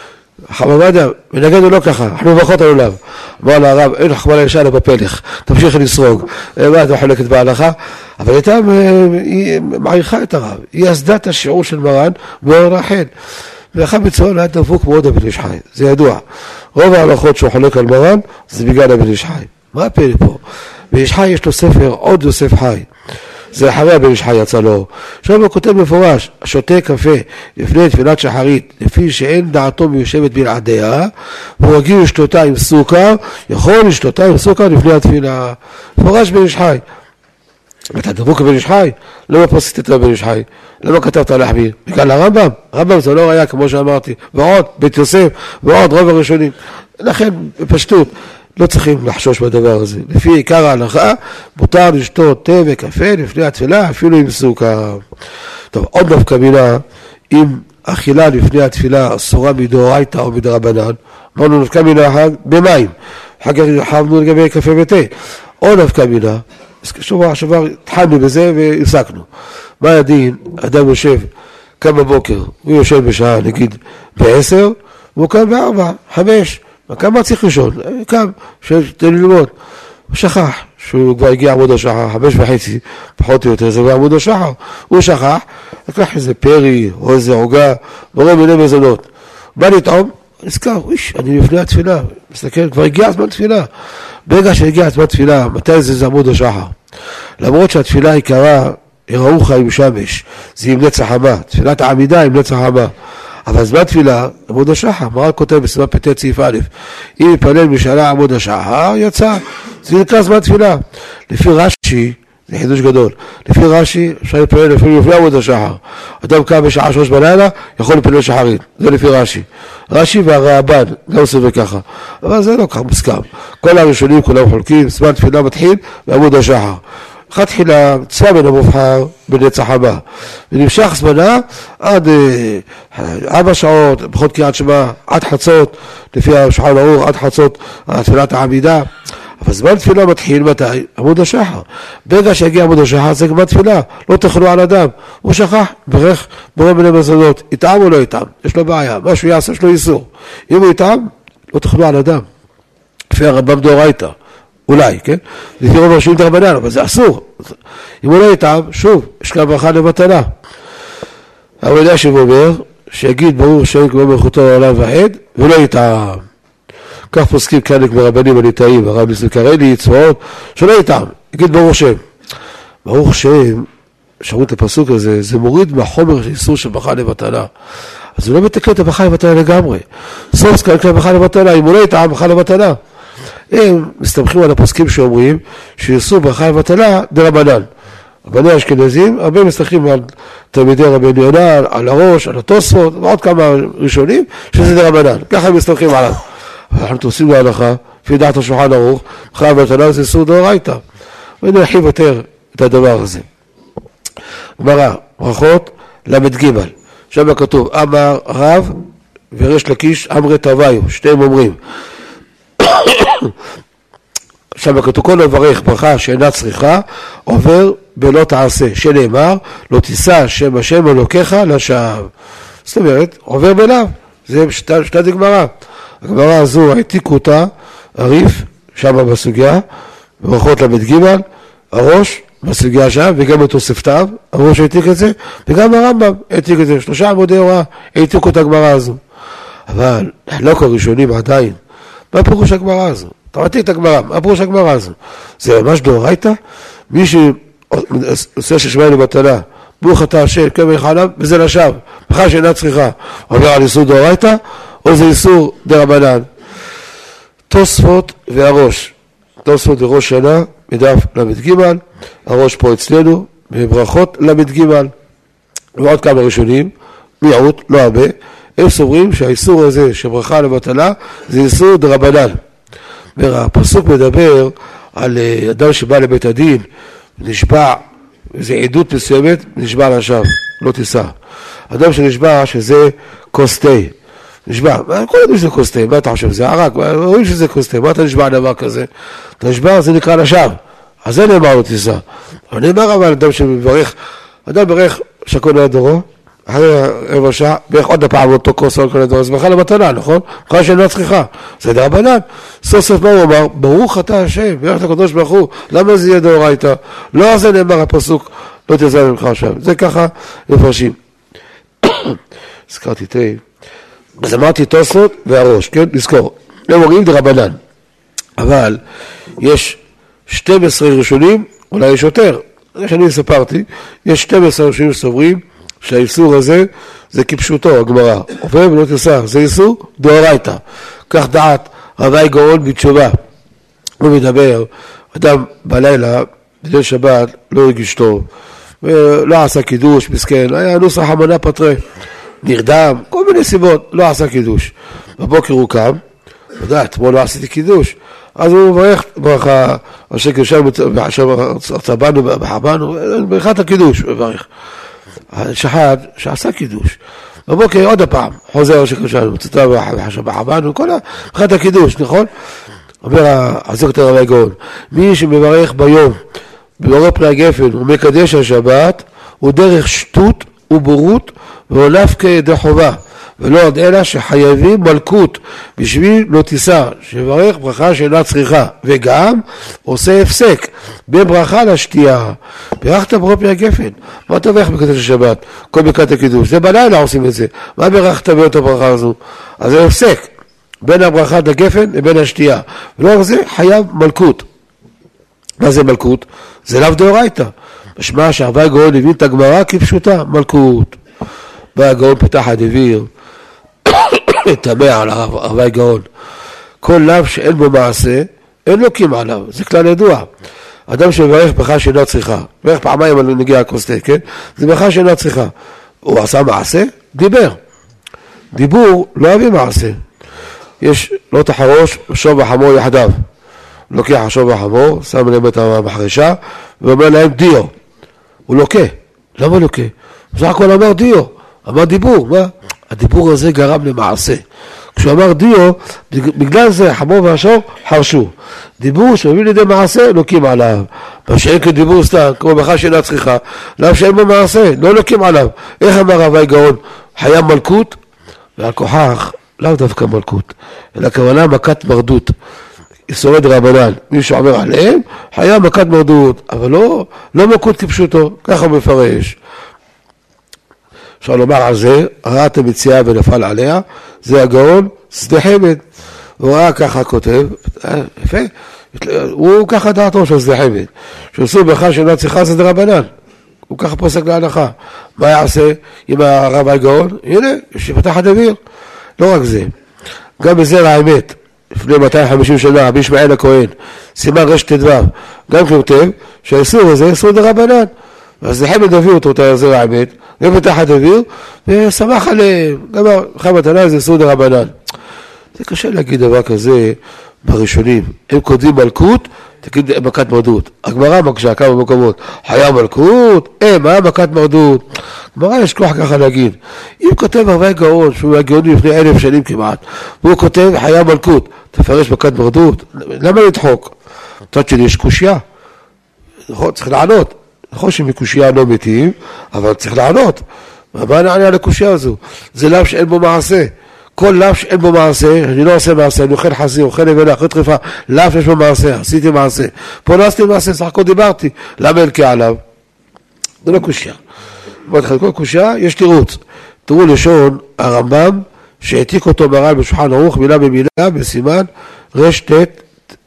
S1: חכם עובדיה, מנגדנו לא ככה, אנחנו מברכות על לולב. אמר לה הרב, אין חכמה לאישה אלא בפלך, תמשיך לסרוג. מה אתה חולקת בהלכה? אבל הייתה, היא מעריכה את הרב, היא עשתה את השיעור של מרן באור רחל. וחכם מציון היה דבוק מאוד בבן איש חי, זה ידוע. רוב ההלכות שהוא חולק על מרן, זה בגלל הבן איש חי. מה הפלא פה? בן איש חי יש לו ספר, עוד יוסף חי. זה אחרי הבן איש חי יצא לו. עכשיו הוא כותב מפורש, שותה קפה לפני תפילת שחרית, לפי שאין דעתו מיושבת בלעדיה, והוא רגיל לשתותה עם סוכר, יכול לשתותה עם סוכר לפני התפילה. מפורש בן איש חי. אתה דבוק בן איש חי? למה פוסקת את הבן איש חי? למה כתבת להחמיר? בגלל הרמב"ם. הרמב"ם זה לא היה כמו שאמרתי. ועוד, בית יוסף, ועוד רוב הראשונים. לכן, בפשטות, לא צריכים לחשוש בדבר הזה. לפי עיקר ההלכה, מותר לשתות תה וקפה לפני התפילה, אפילו עם סוכר. טוב, עוד נפקא מינה, אם אכילה לפני התפילה אסורה מדאורייתא או מדרבנן, אמרנו נפקא מינה אחת במים. אחר כך חייבנו לגבי קפה ותה. עוד נפקא מינה, שבוע שעבר התחלנו בזה והפסקנו. מה הדין? אדם יושב, קם בבוקר, הוא יושב בשעה, נגיד, בעשר, והוא קם בארבע, חמש, כמה צריך ראשון? קם, שתן ללמוד. הוא שכח, שהוא כבר הגיע עמוד השחר, חמש וחצי, פחות או יותר, זה כבר עמוד השחר, הוא שכח, לקח איזה פרי או איזה עוגה, בורא מיני מזונות. בא לטעום, נזכר, איש, אני לפני התפילה, מסתכל, כבר הגיע הזמן תפילה. ברגע שהגיע הזמן תפילה, מתי זה זה עמוד השחר? למרות שהתפילה העיקרה, יראוך עם שמש, זה עם נצח חמה, תפילת העמידה עם נצח חמה. אבל זמן תפילה, עמוד השחר, מרן כותב בסימן פ"ט סעיף א', אם יפלל משאלה עמוד השחר, יצא, זה נקרא זמן תפילה. לפי רש"י, זה חידוש גדול, לפי רש"י, אפשר לפלל לפעמים לפני עמוד השחר. אדם קם בשעה שלוש בלילה, יכול לפלל שחרית, זה לפי רש"י. רש"י והרעב"ן, גם סובר ככה, אבל זה לא כך מוסכם. כל הראשונים כולם חולקים, זמן תפילה מתחיל בעמוד השחר. אחת תחילה צבא מן המובחר בנצח חמה, ונמשך זמנה עד ארבע שעות, פחות קריאת שמע, עד חצות, לפי השולחן ערוך, עד חצות, תפילת העמידה. אבל זמן תפילה מתחיל מתי? עמוד השחר. ברגע שהגיע עמוד השחר זה זמן תפילה, לא תאכלו על אדם. הוא שכח, ברך בורא מיני מזונות, יטעם או לא יטעם, יש לו בעיה, משהו יעשה, יש לו איסור. אם הוא יטעם, לא תאכלו על אדם. לפי הרמב"ם דאורייתא. אולי, כן? לפי רוב ראשיים דרבנן, אבל זה אסור. אם הוא לא יטעם, שוב, יש כאן ברכה לבטלה. אבל יודע שהוא אומר, שיגיד ברור שאין כמו מלכותו לעולם ועד, ולא יטעם. כך פוסקים כאן מרבנים הליטאים, הרב ניסים קרליץ, צבאות, שלא יטעם. יגיד ברוך שם. ברוך שם, שרות הפסוק הזה, זה מוריד מהחומר של איסור של ברכה לבטלה. אז הוא לא מתקן את הברכה לבטלה לגמרי. סוף כאן כאן ברכה לבטלה, אם הוא לא יטעם, ברכה לבטלה. הם מסתמכים על הפוסקים שאומרים שיעשו ברכה לבטלה דרבנן. רבני האשכנזים, הרבה מסתמכים על תלמידי רבן יונה, על הראש, על התוספות, ועוד כמה ראשונים, שזה דרבנן. ככה הם מסתמכים עליו. אנחנו תוסעים להלכה, לפי דעת השולחן ערוך, ברכה לבטלה זה איסור דאורייתא. ונרחיב יותר את הדבר הזה. גמרא, ברכות למד ג', שם כתוב, אמר רב וריש לקיש אמרי תוויו, שתיהם אומרים. שם כתוב כל מברך ברכה שאינה צריכה עובר בלא תעשה, שנאמר לא תישא שם השם אלוקיך לשווא. זאת אומרת עובר בלאו, זה שתת גמרא. הגמרא הזו העתיקו אותה הריף שם בסוגיה, ברכות למד ג', הראש בסוגיה שם, וגם בתוספתיו הראש העתיק את זה, וגם הרמב"ם העתיק את זה, שלושה עמודי הוראה העתיקו את הגמרא הזו. אבל לא כל ראשונים עדיין, מה פירוש הגמרא הזו? אתה מעתיק את הגמרא, מה פירוש הגמרא הזו? זה ממש דאורייתא? מי שעושה ששמע לבטלה, ברוך אתה השם, כן ויחנם, וזה לשווא, בכלל שאינה צריכה, עובר על איסור דאורייתא, או זה איסור דרבנן. תוספות והראש, תוספות וראש שנה, מדף למד ג', הראש פה אצלנו, בברכות למד ג', ועוד כמה ראשונים, מיעוט, לא הרבה, הם סוברים שהאיסור הזה שברכה לבטלה זה איסור דרבנן. והפסוק מדבר על אדם שבא לבית הדין, נשבע, זה עדות מסוימת, נשבע לשווא, לא תישא. אדם שנשבע שזה כוסטי, נשבע, כל יודעים שזה כוסטי, מה אתה חושב? זה ערק, רואים שזה כוסטי, מה אתה נשבע דבר כזה? אתה נשבע, זה נקרא לשווא, אז זה נאמר לא תישא. אבל נאמר אבל אדם שמברך, אדם ברך שקון על דורו, אחרי רבע שעה, בערך עוד הפעם אותו כוס על כל הדבר, זה ברכה לבטלה, נכון? ברכה שאינה צריכה, זה דרבנן. סוף סוף מה הוא אמר? ברוך אתה השם, ברך לקדוש ברוך הוא, למה זה יהיה דאורייתא? לא על זה נאמר הפסוק, לא תעשה ממך עכשיו. זה ככה מפרשים. הזכרתי תה. אז אמרתי תוספות והראש, כן? נזכור. הם אומרים דרבנן. אבל יש שנים עשר ראשונים, אולי יש יותר. זה שאני ספרתי, יש שנים עשר ראשונים סוברים, שהאיסור הזה זה כפשוטו, הגמרא. עובר ולא תישא, זה איסור דאורייתא. כך דעת רבי גאון בתשובה. הוא מדבר, אדם בלילה, בליל שבת, לא הרגיש טוב, ולא עשה קידוש, מסכן, היה נוסח המנה פטרי, נרדם, כל מיני סיבות, לא עשה קידוש. בבוקר הוא קם, יודע, אתמול לא עשיתי קידוש, אז הוא מברך ברכה, אשר קדושנו, צבנו, בחבנו, ברכת הקידוש, הוא מברך. שחד שעשה קידוש בבוקר עוד הפעם חוזר שקדושנו צטה בחבנו כל ברכת הקידוש, נכון? אומר הזכת רבי גאון, מי שמברך ביום בבורא פני הגפן ומקדש השבת הוא דרך שטות ובורות ועולף כידי חובה, ולא עוד אלא שחייבים מלכות בשביל לא תישא, שברך ברכה שאינה צריכה, וגם עושה הפסק בין ברכה לשתייה. ברכת ברופי הגפן, מה אתה ברך בקדש השבת? כל ברכת הקידוש, זה בלילה עושים את זה, מה ברכת באותה ברכה הזו? אז זה הפסק בין הברכה לגפן לבין השתייה, ולא רק זה, חייב מלכות. מה זה מלכות? זה לאו דאורייתא, משמע שהרבה הגאון הבין את הגמרא כפשוטה, מלכות. בא הגאון פתח הדביר, תמה על הרבה הגאון, כל לאו שאין בו מעשה, אין לו קים עליו, זה כלל ידוע. אדם שמברך ברכה שאינה צריכה, מברך פעמיים על נגיע הכוס תה, כן? זה ברכה שאינה צריכה. הוא עשה מעשה? דיבר. דיבור לא אוהבים מעשה. יש לא תחרוש, שוב וחמור יחדיו. לוקח השוב וחמור, שם להם את המחרשה, ואומר להם דיו. הוא לוקה. למה לוקה? בסך הכל אמר דיו. אמר דיבור. מה? הדיבור הזה גרם למעשה. כשהוא אמר דיו, בגלל זה חמור והשור חרשו. דיבור שמביא לידי מעשה, לוקים עליו. מה שאין כדיבור סתם, כמו ברכה שאינה צריכה, לאו שאין בו מעשה, לא לוקים עליו. איך אמר רבי גאון? חיה מלכות, ועל כוחך, לאו דווקא מלכות, אלא כוונה מכת מרדות. יסורד רבנן, מי שאומר עליהם, חיה מכת מרדות, אבל לא, לא מלכות כפשוטו, ככה הוא מפרש. אפשר לומר על זה, ראה את המציאה ונפל עליה, זה הגאון, שדה חמד. הוא ראה ככה כותב, יפה, הוא ככה דעתו של שדה חמד. שעשו ברכה שאינה צריכה זה דרבנן. הוא ככה פוסק להנחה. מה יעשה עם הרב הגאון? הנה, שפתח הדביר. לא רק זה, גם בזרע האמת, לפני מאתיים וחמישים שנה, רבי ישמעאל הכהן, סימן רש תדו, גם כותב שהאיסור הזה איסור דרבנן. אז זה חמד הביא אותו, את הזרע האמת, גם פתח הדביר, ושמח עליהם. גם חי מתנה זה איסור דרבנן. זה קשה להגיד דבר כזה בראשונים. הם כותבים מלכות, תגיד מכת מרדות. הגמרא מקשה כמה מקומות. חיה מלכות, אה, מה מכת מרדות? גמרא יש כוח ככה להגיד. אם כותב הרבה גאון, שהוא הגאוני לפני אלף שנים כמעט, והוא כותב חיה מלכות, תפרש מכת מרדות, למה לדחוק? תודה שלי יש קושיה. נכון, צריך לענות. נכון שמקושיה לא מתים, אבל צריך לענות. מה נענה על הקושיה הזו? זה לאו שאין בו מעשה. כל לאו שאין בו מעשה, אני לא עושה מעשה, אני אוכל חזיר, אוכל נבלה, אוכל טריפה, לאו שיש בו מעשה, עשיתי מעשה. פה לא עשיתי מעשה, סך הכל דיברתי. למה אין כעליו? זה לא קושיה. כל קושיה, יש תירוץ. תראו לשון הרמב"ם, שהעתיק אותו מרן בשולחן ערוך, מילה במילה, בסימן, רש תת,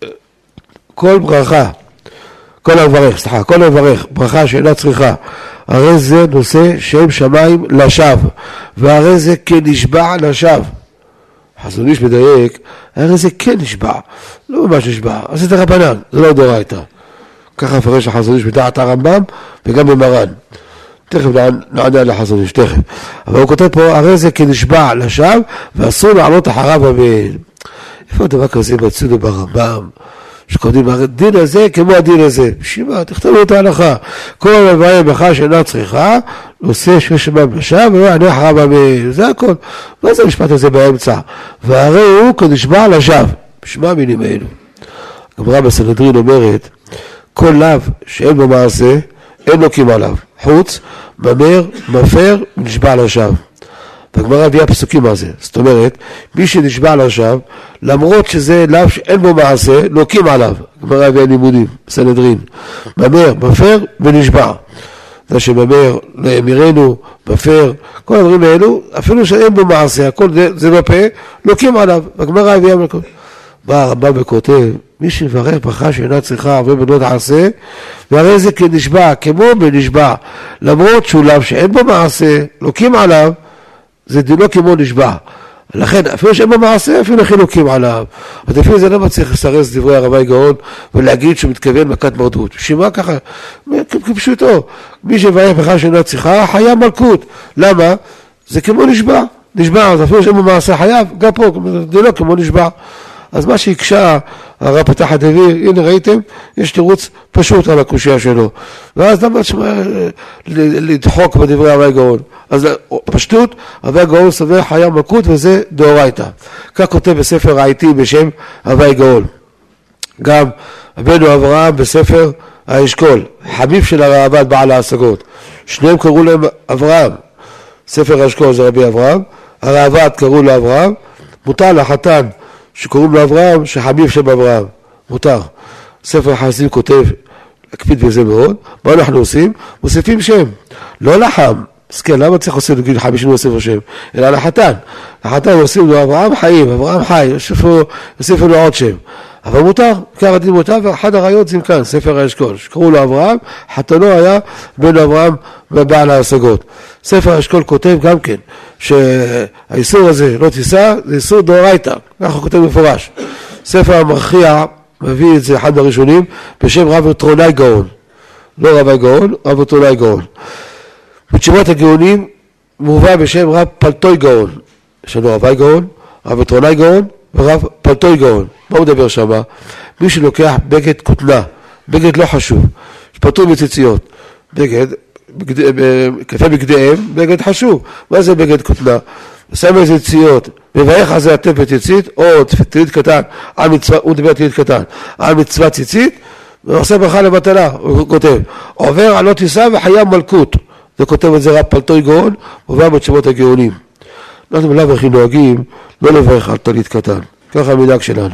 S1: כל ברכה, כל הברך, סליחה, כל הברך, ברכה שאינה צריכה, הרי זה נושא שם שמיים לשווא, והרי זה כן נשבע לשווא. חזון איש מדייק, הרי זה כן נשבע, לא ממש נשבע, אז זה דרבנן, זה לא דאורייתא. ככה מפרש החזון איש בדעת הרמב"ם וגם במרן. תכף נענה לחזון איש, תכף. אבל הוא כותב פה, הרי זה כן נשבע לשווא, ואסור לעלות אחריו אמן. איפה הדבר כזה מצאנו ברמב"ם? שקודם הדין הזה כמו הדין הזה. שימה, תכתבו את ההלכה. כל המבאי ברכה שאינה צריכה, נושא ששמם לשווא, ולא יענה אחריו אמן. זה הכל. מה זה המשפט הזה באמצע? והרי הוא כנשבע לשווא. בשמה המילים האלו. הגמרא בסנהדרין אומרת, כל לאו שאין בו מעשה, אין לו קים עליו. חוץ, ממר, מפר, נשבע לשווא. והגמרא הביאה פסוקים מה זה. זאת אומרת, מי שנשבע לשווא, למרות שזה לאו שאין בו מעשה, לוקים עליו. הגמרא הביאה לימודים, סנהדרין. ממר, מפר ונשבע. זה שממר, לאמירנו, מפר, כל הדברים האלו, אפילו שאין בו מעשה, הכל זה, זה בפה, לוקים עליו. והגמרא הביאה מלכות. בא הרמב"ם וכותב, מי שברך ברכה שאינה צריכה הרבה בנות עשה, והרי זה כנשבע, כמו בנשבע, למרות שהוא לאו שאין בו מעשה, לוקים עליו, זה דינו כמו נשבע. לכן, אפילו שאין בו מעשה, אפילו חילוקים עליו. אז אפילו זה לא מצליח לסרס דברי הרבי גאון, ולהגיד שהוא מתכוון מכת מרדות. שמה ככה? כפשוטו. מי שברך ברכה שאינה צריכה, חיה מלכות. למה? זה כמו נשבע. נשבע, אז אפילו שאין בו מעשה חייב, גם פה, דינו כמו נשבע. אז מה שהקשה הרב פתח הדביר, הנה ראיתם, יש תירוץ פשוט על הקושיה שלו. ואז למה לדחוק בדברי הרבי גאון? אז פשטות, הרבי גאון סובר חיה מלכות וזה דאורייתא. כך כותב בספר העיתי בשם הרבי גאון. גם רבנו אברהם בספר האשכול, חביב של הרעב"ד בעל ההשגות. שניהם קראו להם אברהם. ספר האשכול זה רבי אברהם, הרעב"ד קראו לו אברהם, מותר לחתן שקוראים לו אברהם, שחביב שם אברהם, מותר. ספר החסידים כותב, להקפיד בזה מאוד, מה אנחנו עושים? מוסיפים שם, לא לחם, אז כן, למה צריך לעשות לגיל חמישים להוסיף שם? אלא לחתן, לחתן עושים לו אברהם חיים, אברהם חי, יוסיפו לו עוד שם, אבל מותר, ככה דין מותר, ואחד הראיות זה כאן, ספר האשכול, שקראו לו אברהם, חתנו היה בן אברהם ובעל ההשגות. ספר האשכול כותב גם כן, שהאיסור הזה לא תישא, זה איסור דאורייתא, ככה הוא כותב מפורש. ספר המכריע מביא את זה אחד הראשונים, בשם רב טרוני גאון, לא רבי גאון, רב טרוני גאון. בתשובות הגאונים מובא בשם רב פלטוי גאון, יש לנו רבי גאון, רב טרוני גאון ורב פלטוי גאון. מה הוא מדבר שם? מי שלוקח בגד כותנה, בגד לא חשוב, שפטור מציציות, בגד, כפה בגדיהם, בגד חשוב. מה זה בגד כותנה? שם איזה ציציות, מברך על זה עטף בציצית, או תלית קטן, על מצווה, הוא מדבר תלית קטן, על מצווה ציצית, ועושה ברכה לבטלה, הוא כותב, עובר על לא תישא וחיי מלכות. זה כותב את זה רב פלטוי גאון, מובא בתשובות הגאונים. אנחנו בלב הכי נוהגים, לא לברך על תלית קטן, ככה המנהג שלנו.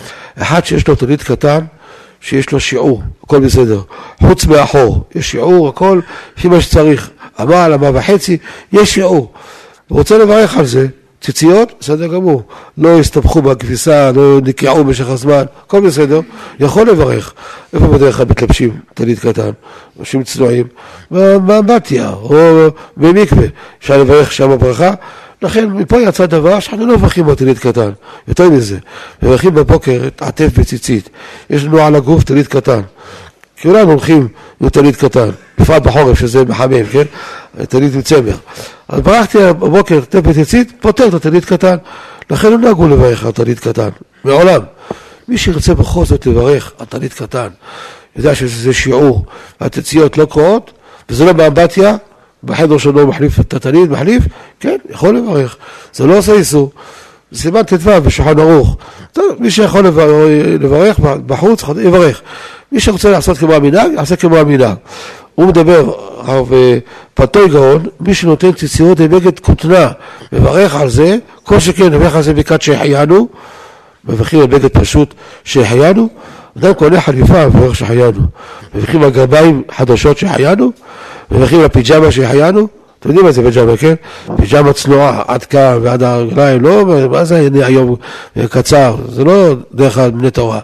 S1: אחד שיש לו תלית קטן, שיש לו שיעור, הכל בסדר. חוץ מאחור, יש שיעור, הכל לפי מה שצריך. אמה, אמה וחצי, יש שיעור. הוא רוצה לברך על זה, ציציות, בסדר גמור. לא הסתבכו בכביסה, לא נקעו במשך הזמן, הכל בסדר. יכול לברך. איפה בדרך כלל מתלבשים תלית קטן? אנשים צנועים, באמבטיה, או במקווה. אפשר לברך שם הברכה. לכן מפה יצא דבר שאנחנו לא מברכים בתלית קטן. יותר מזה, מברכים בבוקר עטף בציצית. יש לנו על הגוף תלית קטן. כולנו הולכים עם תלית קטן, בפרט בחורף שזה מחמם, כן? תלית מצמר. אז ברכתי בבוקר עטף בציצית, פותר את התלית קטן. לכן לא נהגו לברך על תלית קטן, מעולם. מי שירצה בכל זאת לברך על תלית קטן, יודע שזה שיעור, התציעות לא קרואות, וזה לא באמבטיה, בחדר שלו מחליף את התלית, מחליף, כן, יכול לברך. זה לא עושה איסור. סימן תדווה בשולחן ערוך. טוב, מי שיכול לברך בחוץ, יברך. מי שרוצה לעשות כמו המנהג, יעשה כמו המנהג. הוא מדבר, הרב פלטוי גאון, מי שנותן ציציות לבגד כותנה, מברך על זה, כל שכן, מברך על זה בקד שהחיינו, מברכים על בגד פשוט שהחיינו, אדם קונה חליפה, מברך שהחיינו. מברכים על גרביים חדשות שהחיינו, מברכים על פיג'מה שהחיינו, אתם יודעים מה זה פיג'מה, כן? פיג'מה צנועה, עד כאן ועד הרגליים, לא, מה זה היום קצר, זה לא דרך כלל בני תורה.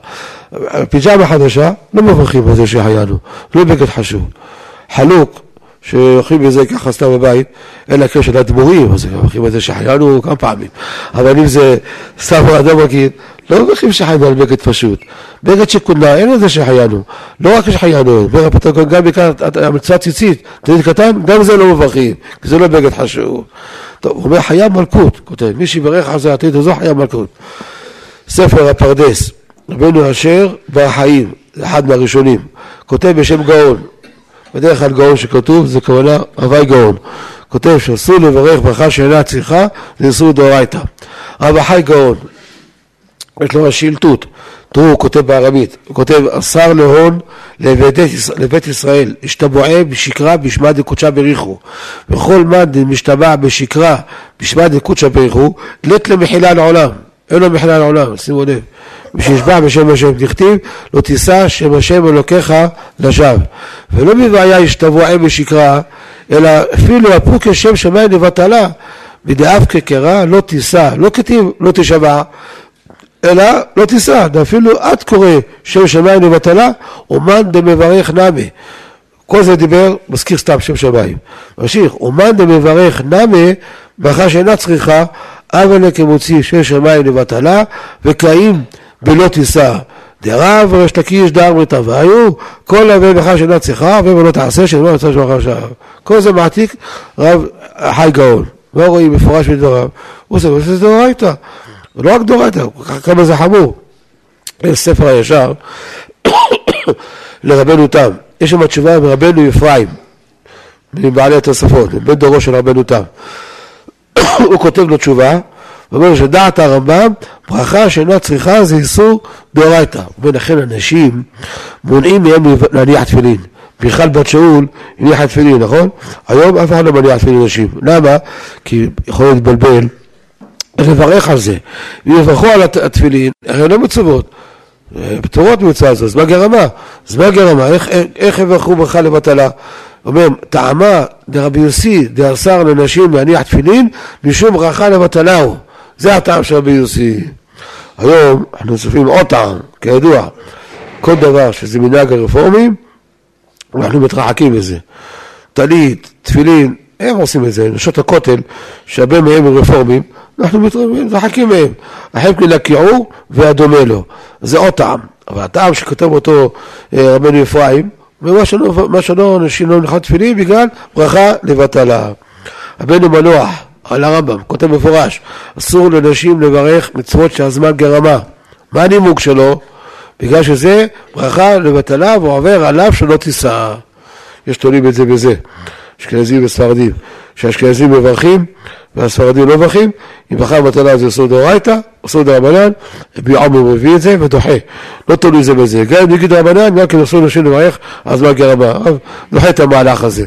S1: פיג'מה חדשה, לא מברכים על זה שהחיינו, לא בגד חשוב. חלוק, שהולכים בזה ככה סתם בבית, אין לה קשר לדמורים, אז מברכים על זה שהחיינו כמה פעמים. אבל אם זה סתם אדם רגיל, לא מברכים שהחיינו על בגד פשוט. בגד שכונה, אין לזה שהחיינו. לא רק שהחיינו, גם בכאן המצווה ציצית, תלית קטן, גם זה לא מברכים, כי זה לא בגד חשוב. טוב, הוא אומר חיה מלכות, כותב, מי שיברך על זה התלית הזו חיה מלכות. ספר הפרדס, רבנו אשר בר חיים, אחד מהראשונים, כותב בשם גאון, בדרך כלל גאון שכתוב, זה כוונה רבי גאון, כותב שאסור לברך ברכה שאינה צריכה, זה איסור דאורייתא. רב חי גאון, יש לו השאילתות, תראו, הוא כותב בארמית, הוא כותב, אסר להון לבית, לבית ישראל, השתבועה בשקרה בשמה דקודשה בריחו, וכל מן משתבע בשקרה בשמה דקודשה בריחו, לית למחילה לעולם, אין לו מחילה לעולם, שימו לב, ושישבע בשם השם תכתיב, לא תישא שם השם אלוקיך לשווא, ולא מבעיה השתבועה בשקרה, אלא אפילו הפוק השם שמיים לבטלה, בדאב כקרא לא תישא, לא כתיב לא תשבע, אלא לא תישא, אפילו עד קורא שם שמיים לבטלה, אומן דמברך נמי. כל זה דיבר, מזכיר סתם שם שמיים. ממשיך, אומן דמברך נמי, ברכה שאינה צריכה, אבל כמוציא שם שמיים לבטלה, וקראים בלא תישא. דרב ורש לקיש דר מטבעיו, כל הווה ברכה שאינה צריכה, ולא תעשה שלא יוצא שמחה שער. כל זה מעתיק רב חי גאון. מה רואים מפורש בדבריו? הוא עושה, זה דאורייתא. לא רק דאורייתא, כמה זה חמור. יש ספר הישר לרבנו תם. יש שם תשובה מרבנו אפרים, מבעלי התוספות, בן דורו של רבנו תם. הוא כותב לו תשובה, ואומר שדעת הרמב"ם, ברכה שאינה צריכה זה איסור דאורייתא. ולכן אנשים מונעים מהם להניח תפילין. מיכל בת שאול הניחה תפילין, נכון? היום אף אחד לא מניח תפילין אנשים. למה? כי יכול להתבלבל לברך על זה. אם יברכו על התפילין, הרי לא מצוות. פטורות מצווה הזו, אז מה גרמה? אז מה גרמה? איך, איך יברכו ברכה לבטלה? אומר, טעמה דרבי יוסי דאסר לנשים להניח תפילין משום ברכה לבטלה הוא. זה הטעם של רבי יוסי. היום אנחנו צופים עוד טעם, כידוע, כל דבר שזה מנהג הרפורמים, אנחנו מתרחקים בזה. טלית, תפילין, הם עושים את זה, נשות הכותל, שהרבה מהם הם רפורמים, אנחנו מתרחקים מהם. החלק לקיעור והדומה לו. זה עוד טעם. אבל הטעם שכתב אותו רבנו אפרים, ומה שלא, מה שלא אנשים לא הלכות תפילין בגלל ברכה לבטלה. רבנו מנוח על הרמב"ם, כותב מפורש, אסור לנשים לברך מצוות שהזמן גרמה. מה הנימוק שלו? בגלל שזה ברכה לבטלה ועובר עליו שלא תישא. יש תולים את זה בזה. אשכנזים וספרדים. שהאשכנזים מברכים והספרדים לא מברכים, אם ברכה לבטלה זה אסור דאורייתא, אסור דרבנן, רבי עמרם מביא את זה ודוחה. לא תלוי זה בזה. גם אם נגיד רבנן, גם כן אסור לנשים לברך, אז מה גרמה? דוחה את המהלך הזה.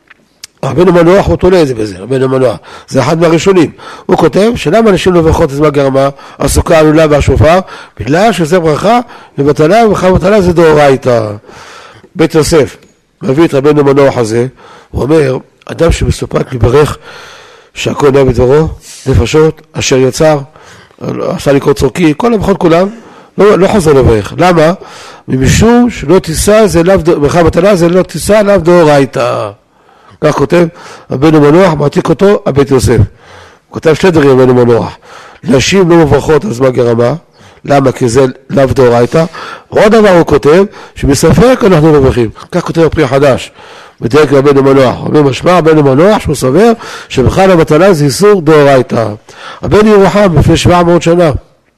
S1: רבנו מנוח הוא תולה את זה בזה, רבנו מנוח. זה אחד מהראשונים. הוא כותב שלמה אנשים לא מברכות את מה גרמה, הסוכה העלולה והשופר, בגלל שזה ברכה לבטלה, וברכה לבטלה זה דאורייתא. בית יוסף מביא את רבנו מנוח הזה, הוא אומר, אדם שמסופק מברך שהכל נהיה בדברו, נפשות, אשר יצר, עשה לקרוא צורכי, כל הברכות כולם, לא, לא חוזר לברך. למה? משום שלא תישא זה לאו, ברכה לבטלה זה לא תישא לאו דאורייתא. כך כותב רבנו מנוח, מעתיק אותו הבית יוסף. הוא כותב שתי דברים רבנו מנוח. נשים לא מברכות אז מה גרמה? למה? כי זה לאו דאורייתא. עוד דבר הוא כותב, שבספק אנחנו מברכים. כך כותב הפרי החדש. מדייק רבנו מנוח. אומר משמע רבנו מנוח שהוא סובר שברכה לבטלה זה איסור דאורייתא. רבנו ירוחם לפני שבע מאות שנה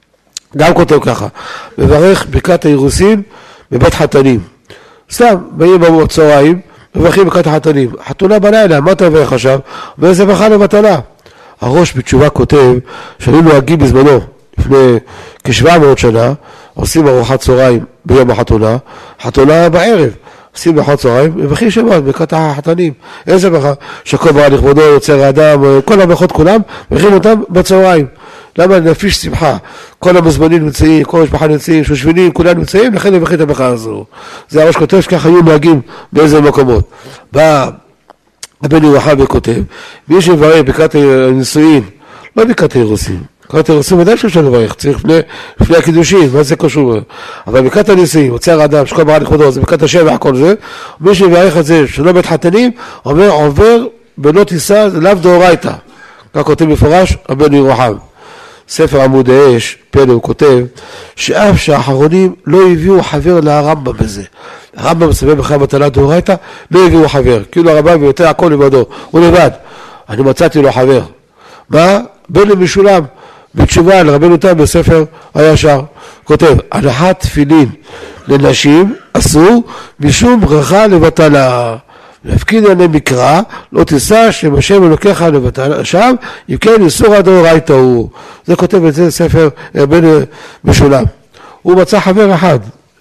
S1: גם כותב ככה. מברך ברכת האירוסין בבית חתנים. סתם, באים בצהריים מברכים ברכת החתנים. חתונה בלילה, מה אתה מברך עכשיו? וזה ברכה לבטלה. הראש בתשובה כותב שהיו נוהגים בזמנו לפני כשבע מאות שנה, עושים ארוחת צהריים ביום החתונה, חתונה בערב, עושים ארוחת צהריים, מברכים שבת ברכת החתנים. איזה ברכה? שכל ברכה לכבודו יוצר האדם, כל הברכות כולם, מברכים אותם בצהריים. למה? נפיש שמחה. כל המזמנים נמצאים, כל המשפחה נמצאים, שושבינים, כולם נמצאים, לכן נברכים את הברכה הזו. זה הראש כותב שכך היו נוהגים באיזה מקומות. בא רבנו ירוחם וכותב, מי שמברר ברכת הנישואין, לא ברכת האירוסין. ברכת האירוסין ודאי שאפשר לברך, צריך לפני, לפני הקידושין, מה זה קשור? אבל ברכת הנישואין, יוצר האדם, שכל ברכה לכבודו, זה ברכת השבח, כל זה, מי שמברך את זה שלא בית חתנים, אומר עובר ולא תישא לאו דאורייתא. כך כותב מפורש רבנו ירוחם. ספר עמוד האש, פלא הוא כותב, שאף שהאחרונים לא הביאו חבר לרמב"ם בזה. הרמב"ם מסבב ברכה לבטלה דאורייתא, לא הביאו חבר. כאילו הרמב"ם יותר הכל לבדו, הוא לבד. אני מצאתי לו חבר. מה? בן משולם, בתשובה לרבנו תם בספר הישר. כותב, הנחת תפילין לנשים אסור משום ברכה לבטלה. להפקיד עליהם מקרא, לא תישא שם השם אלוקיך לבטלה שם, אם כן איסור דאורייתא הוא. זה כותב את זה ספר בן משולם. הוא מצא חבר אחד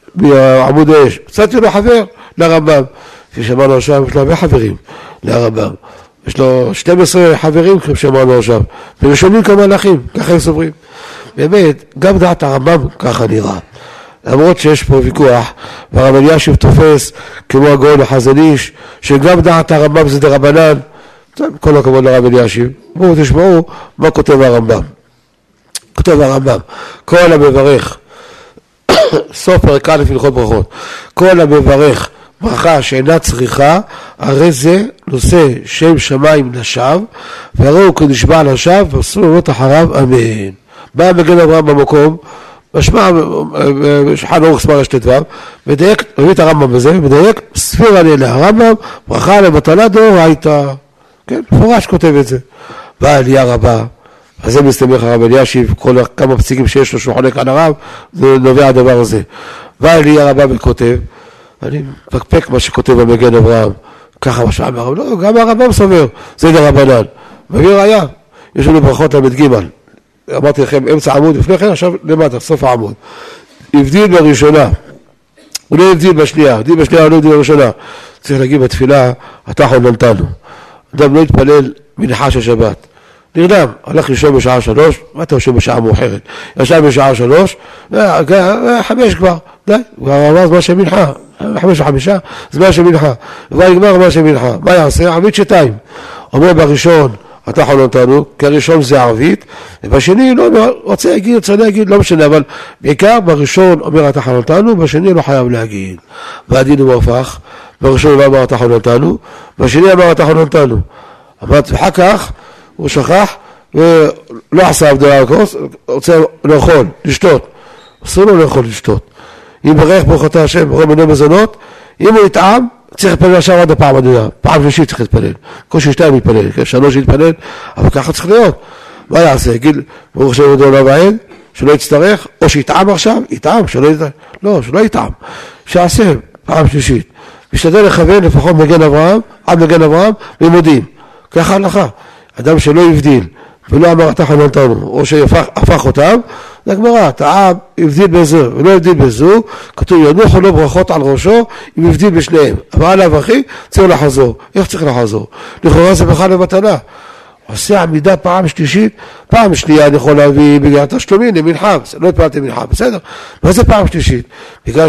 S1: בעמוד האש, מצאתי לו חבר לרמב"ם. כפי שאמרנו עכשיו, יש לו הרבה חברים לרמב"ם. יש לו שנים עשר חברים, כפי שאמרנו עכשיו. וראשונים כמה מלאכים, ככה הם סוברים. באמת, גם דעת הרמב"ם ככה נראה. למרות שיש פה ויכוח, והרב אלישיב תופס כמו הגאון החזון איש, שגם דעת הרמב"ם זה דרבנן. כל הכבוד לרב אלישיב. בואו תשמעו מה כותב הרמב"ם. כותב הרמב"ם, כל המברך, סוף פרק א' הלכות ברכות, כל המברך ברכה שאינה צריכה, הרי זה נושא שם שמיים לשווא, והרי הוא כנשבע לשווא, ועשו לנות אחריו אמן. בא מגן אברהם במקום, משמע שולחן אורך סמר השתתו, מדייק, מביא את הרמב"ם בזה, מדייק, ספיר עליה הרמב"ם, ברכה לבטלה דאורייתא. כן, מפורש כותב את זה. באה עלייה רבה, אז זה מסתמך הרב אלישיב, כל כמה פסוקים שיש לו שהוא חולק על הרב, זה נובע הדבר הזה. באה עלייה רבה וכותב, אני מפקפק מה שכותב המגן אברהם, ככה משמע הרב, לא, גם הרמב"ם סובר, זה דרבנן. מביא ראיה, יש לנו ברכות למד ג' אמרתי לכם, אמצע עמוד, לפני כן, עכשיו למטה, סוף העמוד. הבדיל בראשונה, הוא לא הבדיל בשנייה, הבדיל בשנייה, הוא לא הבדיל בראשונה. צריך להגיד בתפילה, אתה חוננתנו. אדם לא יתפלל מנחה של שבת. נרדם, הלך לישון בשעה שלוש, מה אתה יושב בשעה מאוחרת? ישב בשעה שלוש, חמש כבר, די, כבר אמר זמן של מנחה, חמש וחמישה, זמן של מנחה, כבר נגמר זמן של מנחה, מה יעשה? ערבית שתיים, אומר בראשון, אתה חולן אותנו, כי הראשון זה ערבית, ובשני לא רוצה להגיד, רוצה להגיד, לא משנה, אבל בעיקר בראשון אומר אתה חולן אותנו, בשני לא חייב להגיד, והדין הוא הפך, בראשון לא אמר אתה חולן אותנו, בשני אמר אתה חולן אותנו, אמרת, אחר כך הוא שכח ולא עשה עבדה על הכוס, רוצה לאכול, לשתות, אסור לו לאכול, לשתות. אם ברך ברוך אתה השם, ברוך מנה מזונות, אם הוא יטעם, צריך להתפלל עכשיו עד הפעם עדינה, פעם שלישית צריך להתפלל, קושי שתיים להתפלל, שלוש להתפלל, אבל ככה צריך להיות. מה יעשה? יגיד, ברוך שם עודו לא ועד, שלא יצטרך, או שיטעם עכשיו, יטעם, שלא יטעם, לא, שלא יטעם, שיעשה פעם שלישית. משתדל לכוון לפחות מגן אברהם, עד מגן אברהם, ומודים. ככה הלכה. אדם שלא הבדיל, ולא אמר אתה חולן אותנו, או שהפך אותם, זה הגמרא, טעם, הבדיל בזו, ולא הבדיל בזו, כתוב ינוחו לו ברכות על ראשו, אם הבדיל בשניהם. אבל עליו אחי, צריך לחזור. איך צריך לחזור? לכאורה זה בכלל לבטלה. עושה עמידה פעם שלישית, פעם שנייה אני יכול להביא בגלל תשלומים, למנחה, לא התפללתי מנחה, בסדר? אבל זה פעם שלישית, בגלל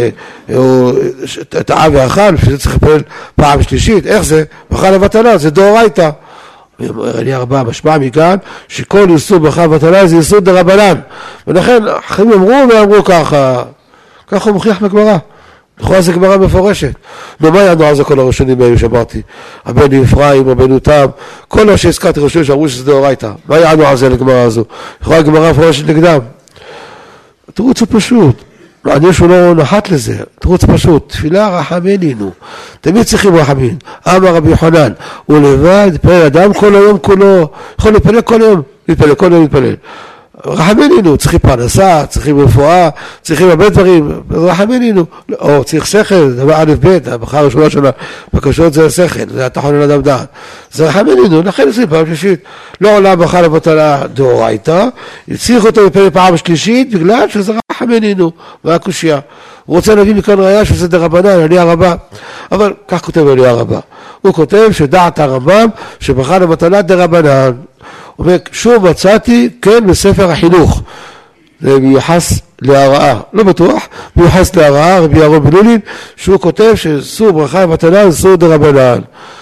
S1: שהוא טעה ואכל, שזה צריך לפעול פעם שלישית, איך זה? בכלל לבטלה, זה דאורייתא. אני הרבה משמע מכאן שכל איסור בכלל בטלה זה איסור דרבנן, ולכן אחרים אמרו ואמרו ככה, ככה הוא מוכיח בגמרא, לכאורה זה גמרא מפורשת. ומה ידעו על זה כל הראשונים האלה שאמרתי, הבן אפרים, הבן אותם, כל מה שהזכרתי ראשונים שאמרו שזה דאורייתא, מה ידעו על זה לגמרא הזו? לכאורה גמרא מפורשת נגדם. תירוץ הוא פשוט, אני שהוא לא נחת לזה, תירוץ פשוט, תפילה רחמנינו, תמיד צריכים רחמין. אמר רבי יוחנן, הוא לבד, פלל אדם כל היום כולו, יכול לפלל כל היום, להתפלל, כל היום להתפלל. רחמנינו, צריכים פרנסה, צריכים רפואה, צריכים הרבה דברים, רחמנינו, או צריך שכל, דבר א' ב', הבחר הראשונה של הבקשות זה השכל, זה התחון אדם דעת, זה רחמנינו, לכן עשרים פעם שלישית, לא עולה בכלל לבטלה דאורייתא, צריך אותו בפעם פעם שלישית, בגלל שזה רחמנינו, והקושיה, הוא רוצה להביא מכאן ראיה שזה דרבנן, עלי הרבה, אבל כך כותב עלי הרבה, הוא כותב שדעת הרמב"ם, שבכלל לבטלה דרבנן, הוא אומר, שוב מצאתי, כן, בספר החינוך, זה מיוחס להרעה, לא בטוח, מיוחס להרעה, רבי אהרון בן לולין, שהוא כותב שסור ברכה ובטלה זה סור דרבנן.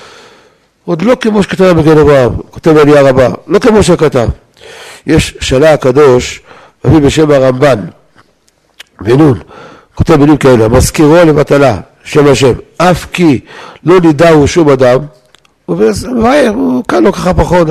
S1: עוד לא כמו שכתב מגן אברהם, כותב עלי הרבה, לא כמו שכתב. יש שאלה הקדוש, מביא בשם הרמב"ן, בנון, כותב בנון כאלה, מזכירו לבטלה, שם השם, אף כי לא נידעו שום אדם, הוא כאן לא ככה פחות,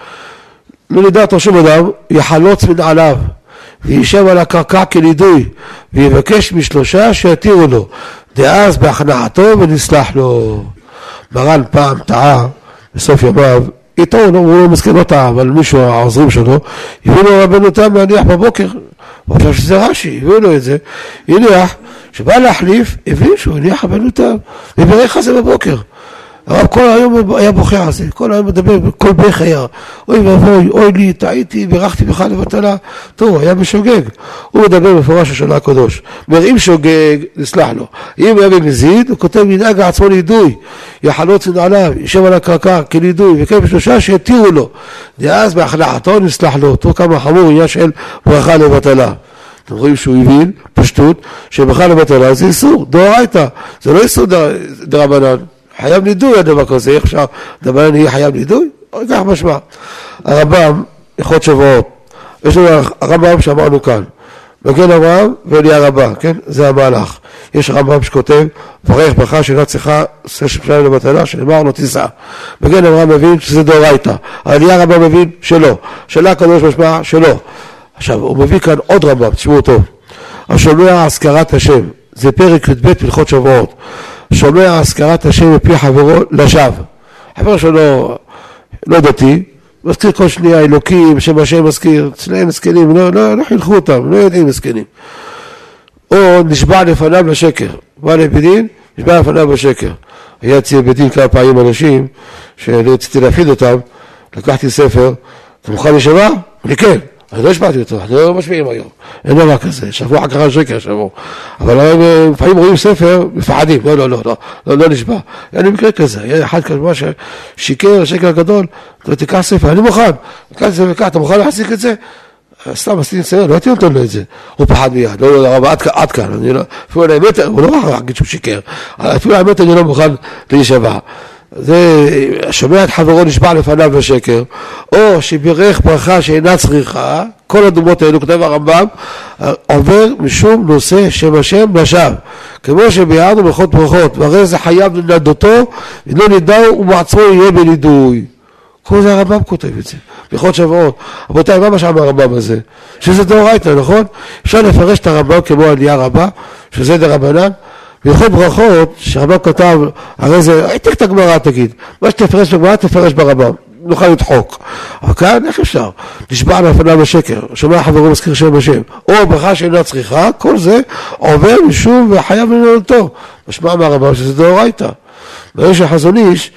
S1: לא נדע אותו שום אדם, יחלוץ מנעליו, וישב על הקרקע כנידוי, ויבקש משלושה שיתירו לו, דאז בהכנעתו ונסלח לו. מרן פעם טעה, בסוף ימיו, איתו, הוא לא מסכן לא טעה, אבל מישהו, העוזרים שלו, הביאו לו רבנו תם להניח בבוקר, הוא חושב שזה רש"י, הביאו לו את זה, הניח, שבא להחליף, הבין שהוא הניח רבנו תם, וברך על זה בבוקר. הרב כל היום היה בוכה על זה, כל היום מדבר, כל בך היה, אוי ואבוי, אוי לי, טעיתי, ברכתי בך לבטלה, טוב, היה משוגג, הוא מדבר בפורש השנה הקדוש, אומר, אם שוגג, נסלח לו, אם היה במזיד, הוא כותב, ינהג עצמו לידוי, יחלוץ מנעליו, ישב על הקרקע כלידוי, וכן בשלושה שיתירו לו, דאז בהכנעתו נסלח לו, אותו כמה חמור, עניין של ברכה לבטלה. אתם רואים שהוא הבין, פשטות, שברכה לבטלה זה איסור, דאורייתא, זה לא איסור דרבנן. חייב נידוי הדבר כזה, איך אפשר, דבר נהיה חייב נידוי? או כך משמע. הרמב"ם, הלכות שבועות, יש לנו הרמב"ם שאמרנו כאן, מגן אברהם ואלי הרבה, כן? זה המהלך. יש הרמב"ם שכותב, ברך ברכה שאינה צריכה שפשעים לבטלה, שנאמר לא תישא. מגן אברהם מבין שזה דאורייתא, אלי הרבה מבין שלא, שאלה הקדוש משמע שלא. עכשיו, הוא מביא כאן עוד רמב"ם, תשמעו טוב. השומע הזכרת השם, זה פרק י"ב בהלכות שבועות. שומע הזכרת השם מפי חברו לשווא. חבר שלו לא דתי, מזכיר כל שנייה אלוקים, שם השם מזכיר, אצלם מסכנים, לא, לא, לא חינכו אותם, לא יודעים מסכנים. או נשבע לפניו לשקר, בא לבדין, נשבע לפניו בשקר. היה אצלי בדין כמה פעמים אנשים, שאני רציתי להפיד אותם, לקחתי ספר, אתה מוכן לשבע? אני כן. אני לא השפעתי אותו, אני לא משפיעים היום. אין דבר כזה, שבוע אחר כך על שקר, שבוע. אבל לפעמים רואים ספר, מפחדים, לא, לא, לא, לא, לא, לא נשבע. אין לי מקרה כזה, היה אחד כזה ששיקר, שקר גדול, אתה תיקח ספר, אני מוכן, תיקח ספר, אתה מוכן להחזיק את זה? סתם, עשיתי ניסיון, לא הייתי נותן לו את זה. הוא פחד מיד, לא, לא, לא, עד כאן, אני לא, אפילו על האמת, הוא לא יכול להגיד שהוא שיקר, אפילו על האמת אני לא מוכן להישבע. זה שומע את חברו נשבע לפניו בשקר, או שבירך ברכה שאינה צריכה, כל הדוגמאות האלו, כתב הרמב"ם, עובר משום נושא שם השם נשב, כמו שביארנו ברכות ברכות, והרי זה חייב לנדותו, ולא נדעו ומעצמו יהיה בנידוי. כל זה הרמב"ם כותב את זה, ברכות שבועות. רבותיי, מה משם הרמב"ם הזה? שזה דאורייתא, נכון? אפשר לפרש את הרמב"ם כמו עלייה רבה, שזה דרבנן, ברכות ברכות, שהרמב"ם כתב, הרי זה, הייתי את הגמרא תגיד, מה שתפרש בגמרא תפרש ברמב"ם, נוכל לדחוק. אבל כאן, איך אפשר? נשבע לפניו בשקר, שומע חברו מזכיר שם בשם, או ברכה שאינה צריכה, כל זה עובר משום וחייב לנדותו. משמע מהרמב"ם שזה דאורייתא. ויש החזון איש,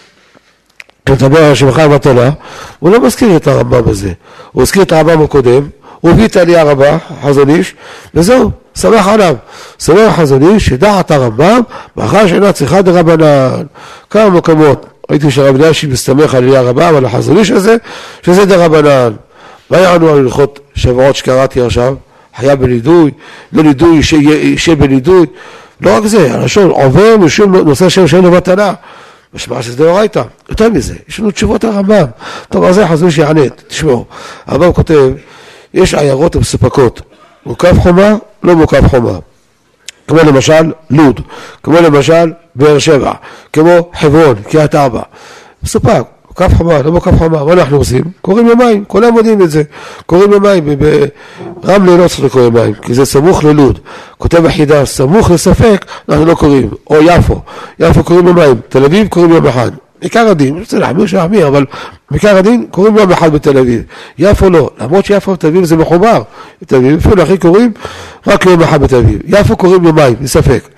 S1: כתבר שמחר בתולה, הוא לא מזכיר את הרמב"ם הזה, הוא מזכיר את הרמב"ם הקודם, הוא הביא את העלייה רבה, חזון איש, וזהו, שמח עליו. שמח חזון איש, שדעת הרמב"ם, מאחר שאינה צריכה דרבנן. כמה מקומות, ראיתי שהרב אלישיב מסתמך על עלייה רבה, אבל החזון איש הזה, שזה דרבנן. מה יענו על הלכות שבועות שקראתי עכשיו? חיה בנידוי, לא נידוי, שיהיה בנידוי. לא רק זה, הלשון עובר משום נושא שם שאין לו מתנה. משמע שזה דאורייתא. יותר מזה, יש לנו תשובות הרמב"ם. טוב, אז זה חזון שיענה, תשמעו. הרמב"ם כותב, יש עיירות המסופקות, מוקף חומה, לא מוקף חומה. כמו למשל לוד, כמו למשל באר שבע, כמו חברון, קריית ארבע. מסופק, מוקף חומה, לא מוקף חומה. מה אנחנו עושים? קוראים ימיים, כולם יודעים את זה. קוראים ימיים, ברמלה לא צריך לקרוא ימיים, כי זה סמוך ללוד. כותב החידה, סמוך לספק, אנחנו לא קוראים. או יפו, יפו קוראים ימיים, תל אביב קוראים יום אחד. עיקר הדין, אני רוצה להחמיר שלהחמיר, אבל עיקר הדין קוראים יום אחד בתל אביב. יפו לא, למרות שיפו בתל אביב זה מחובר. בתל אביב, אפילו אחי קוראים רק יום אחד בתל אביב. יפו קוראים יומיים, מספק.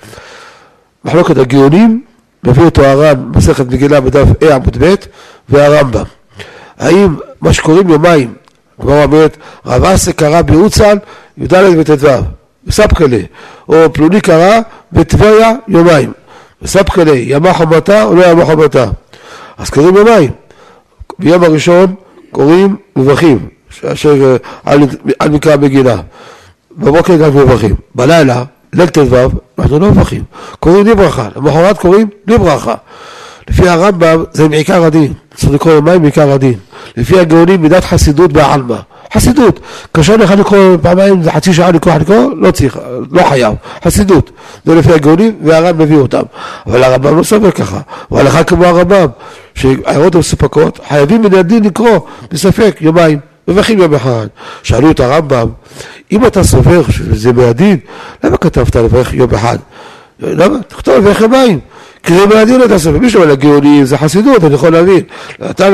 S1: מחלוקת הגאונים, מביא אותו הר"ן, מסכת מגילה בדף A עמוד ב' והרמב"ם. האם מה שקוראים יומיים, כבר אומרת, רב אסי קרא ביוצל, י"ד וט"ו, בספקלה, או פלוני קרא בטבריה יומיים. בספקלה, ימה חומתה או לא ימה חומתה. אז קוראים יומיים. ביום הראשון קוראים מברכים, אשר על, על מקרא מגילה. בבוקר גם מברכים. בלילה, ליל ט"ו, אנחנו לא מברכים. קוראים לי ברכה. למחרת קוראים לי ברכה. לפי הרמב"ם זה מעיקר הדין. צריך לקרוא יומיים מעיקר הדין. לפי הגאונים מידת חסידות בעלמא. חסידות. קשה לך לקרוא פעמיים, זה חצי שעה לקרוא, לקרוא, לא צריך, לא חייב. חסידות. זה לפי הגאונים, והר"ן מביא אותם. אבל הרמב"ם לא סובר ככה. והלכה כמו הרמב"ם, שהעיירות המסופקות, חייבים מן הדין לקרוא, בספק, יומיים, מברכים יום אחד. שאלו את הרמב"ם, אם אתה סובר שזה מהדין, למה כתבת לברך יום אחד? למה? תכתוב לברך יומיים. כי זה מהדין אתה סובר. מי שאומר לגאונים, זה חסידות, אני יכול להבין. אתה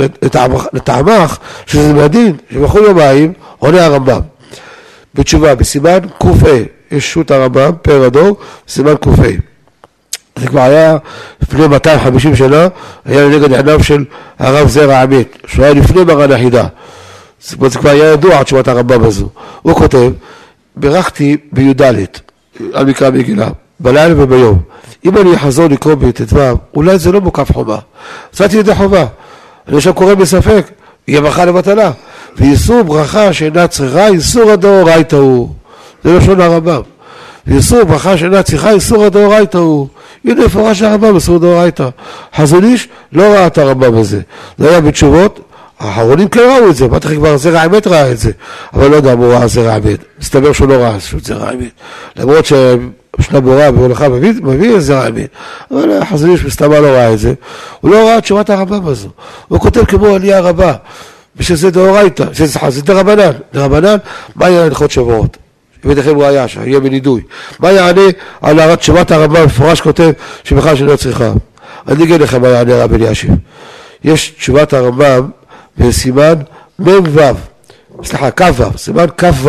S1: לטעמך שזה מהדין, שבכל יומיים עונה הרמב"ם. בתשובה, בסימן ק"ה, יש שו"ת הרמב"ם, פאר הדור, בסימן ק"ה. זה כבר היה לפני מאתיים וחמישים שנה, היה לנגד עיניו של הרב זרע עמית, שהוא היה לפני מרן החידה. זה כבר היה ידוע עד תשובת הרמב"ם הזו. הוא כותב, ברכתי בי"ד, על מקרא מגילה, בלילה וביום. אם אני אחזור לקרוא בט"ו, אולי זה לא מוקף חומה. מצאתי ידי חומה. אני עכשיו קורא בספק, יהיה ברכה לבטלה. ואיסור ברכה שאינה צריכה, איסור הדאורייתא הוא. זה לשון הרמב"ם. ואיסור ברכה שאינה צריכה, איסור הדאורייתא הוא. הנה מפורש הרמב"ם, איסור דאורייתא. חזון איש לא ראה את הרמב"ם הזה. זה היה בתשובות, האחרונים כן ראו את זה, בטח כבר זרע האמת ראה את זה. אבל לא יודע אם הוא ראה זרע האמת. מסתבר שהוא לא ראה זרע האמת. למרות ש... ישנה בורא והולכה מביא, מביא זרע האמת. אבל חזון איש מסתמה לא ראה את זה. הוא לא ראה את תשובת הרמב"ם הזו. הוא כותב כמו עלייה רבה. ושזה דאורייתא, שזה דרבנן. דרבנן, מה יענה הלכות שבועות? הבאתי ראיה שיהיה בנידוי. מה יענה על תשובת הרמב"ם מפורש כותב שבכלל שלא צריכה? אני אגיד לכם מה יענה רב אלישיב. יש תשובת הרמב"ם בסימן מ"ו, סליחה, כ"ו, סימן כ"ו.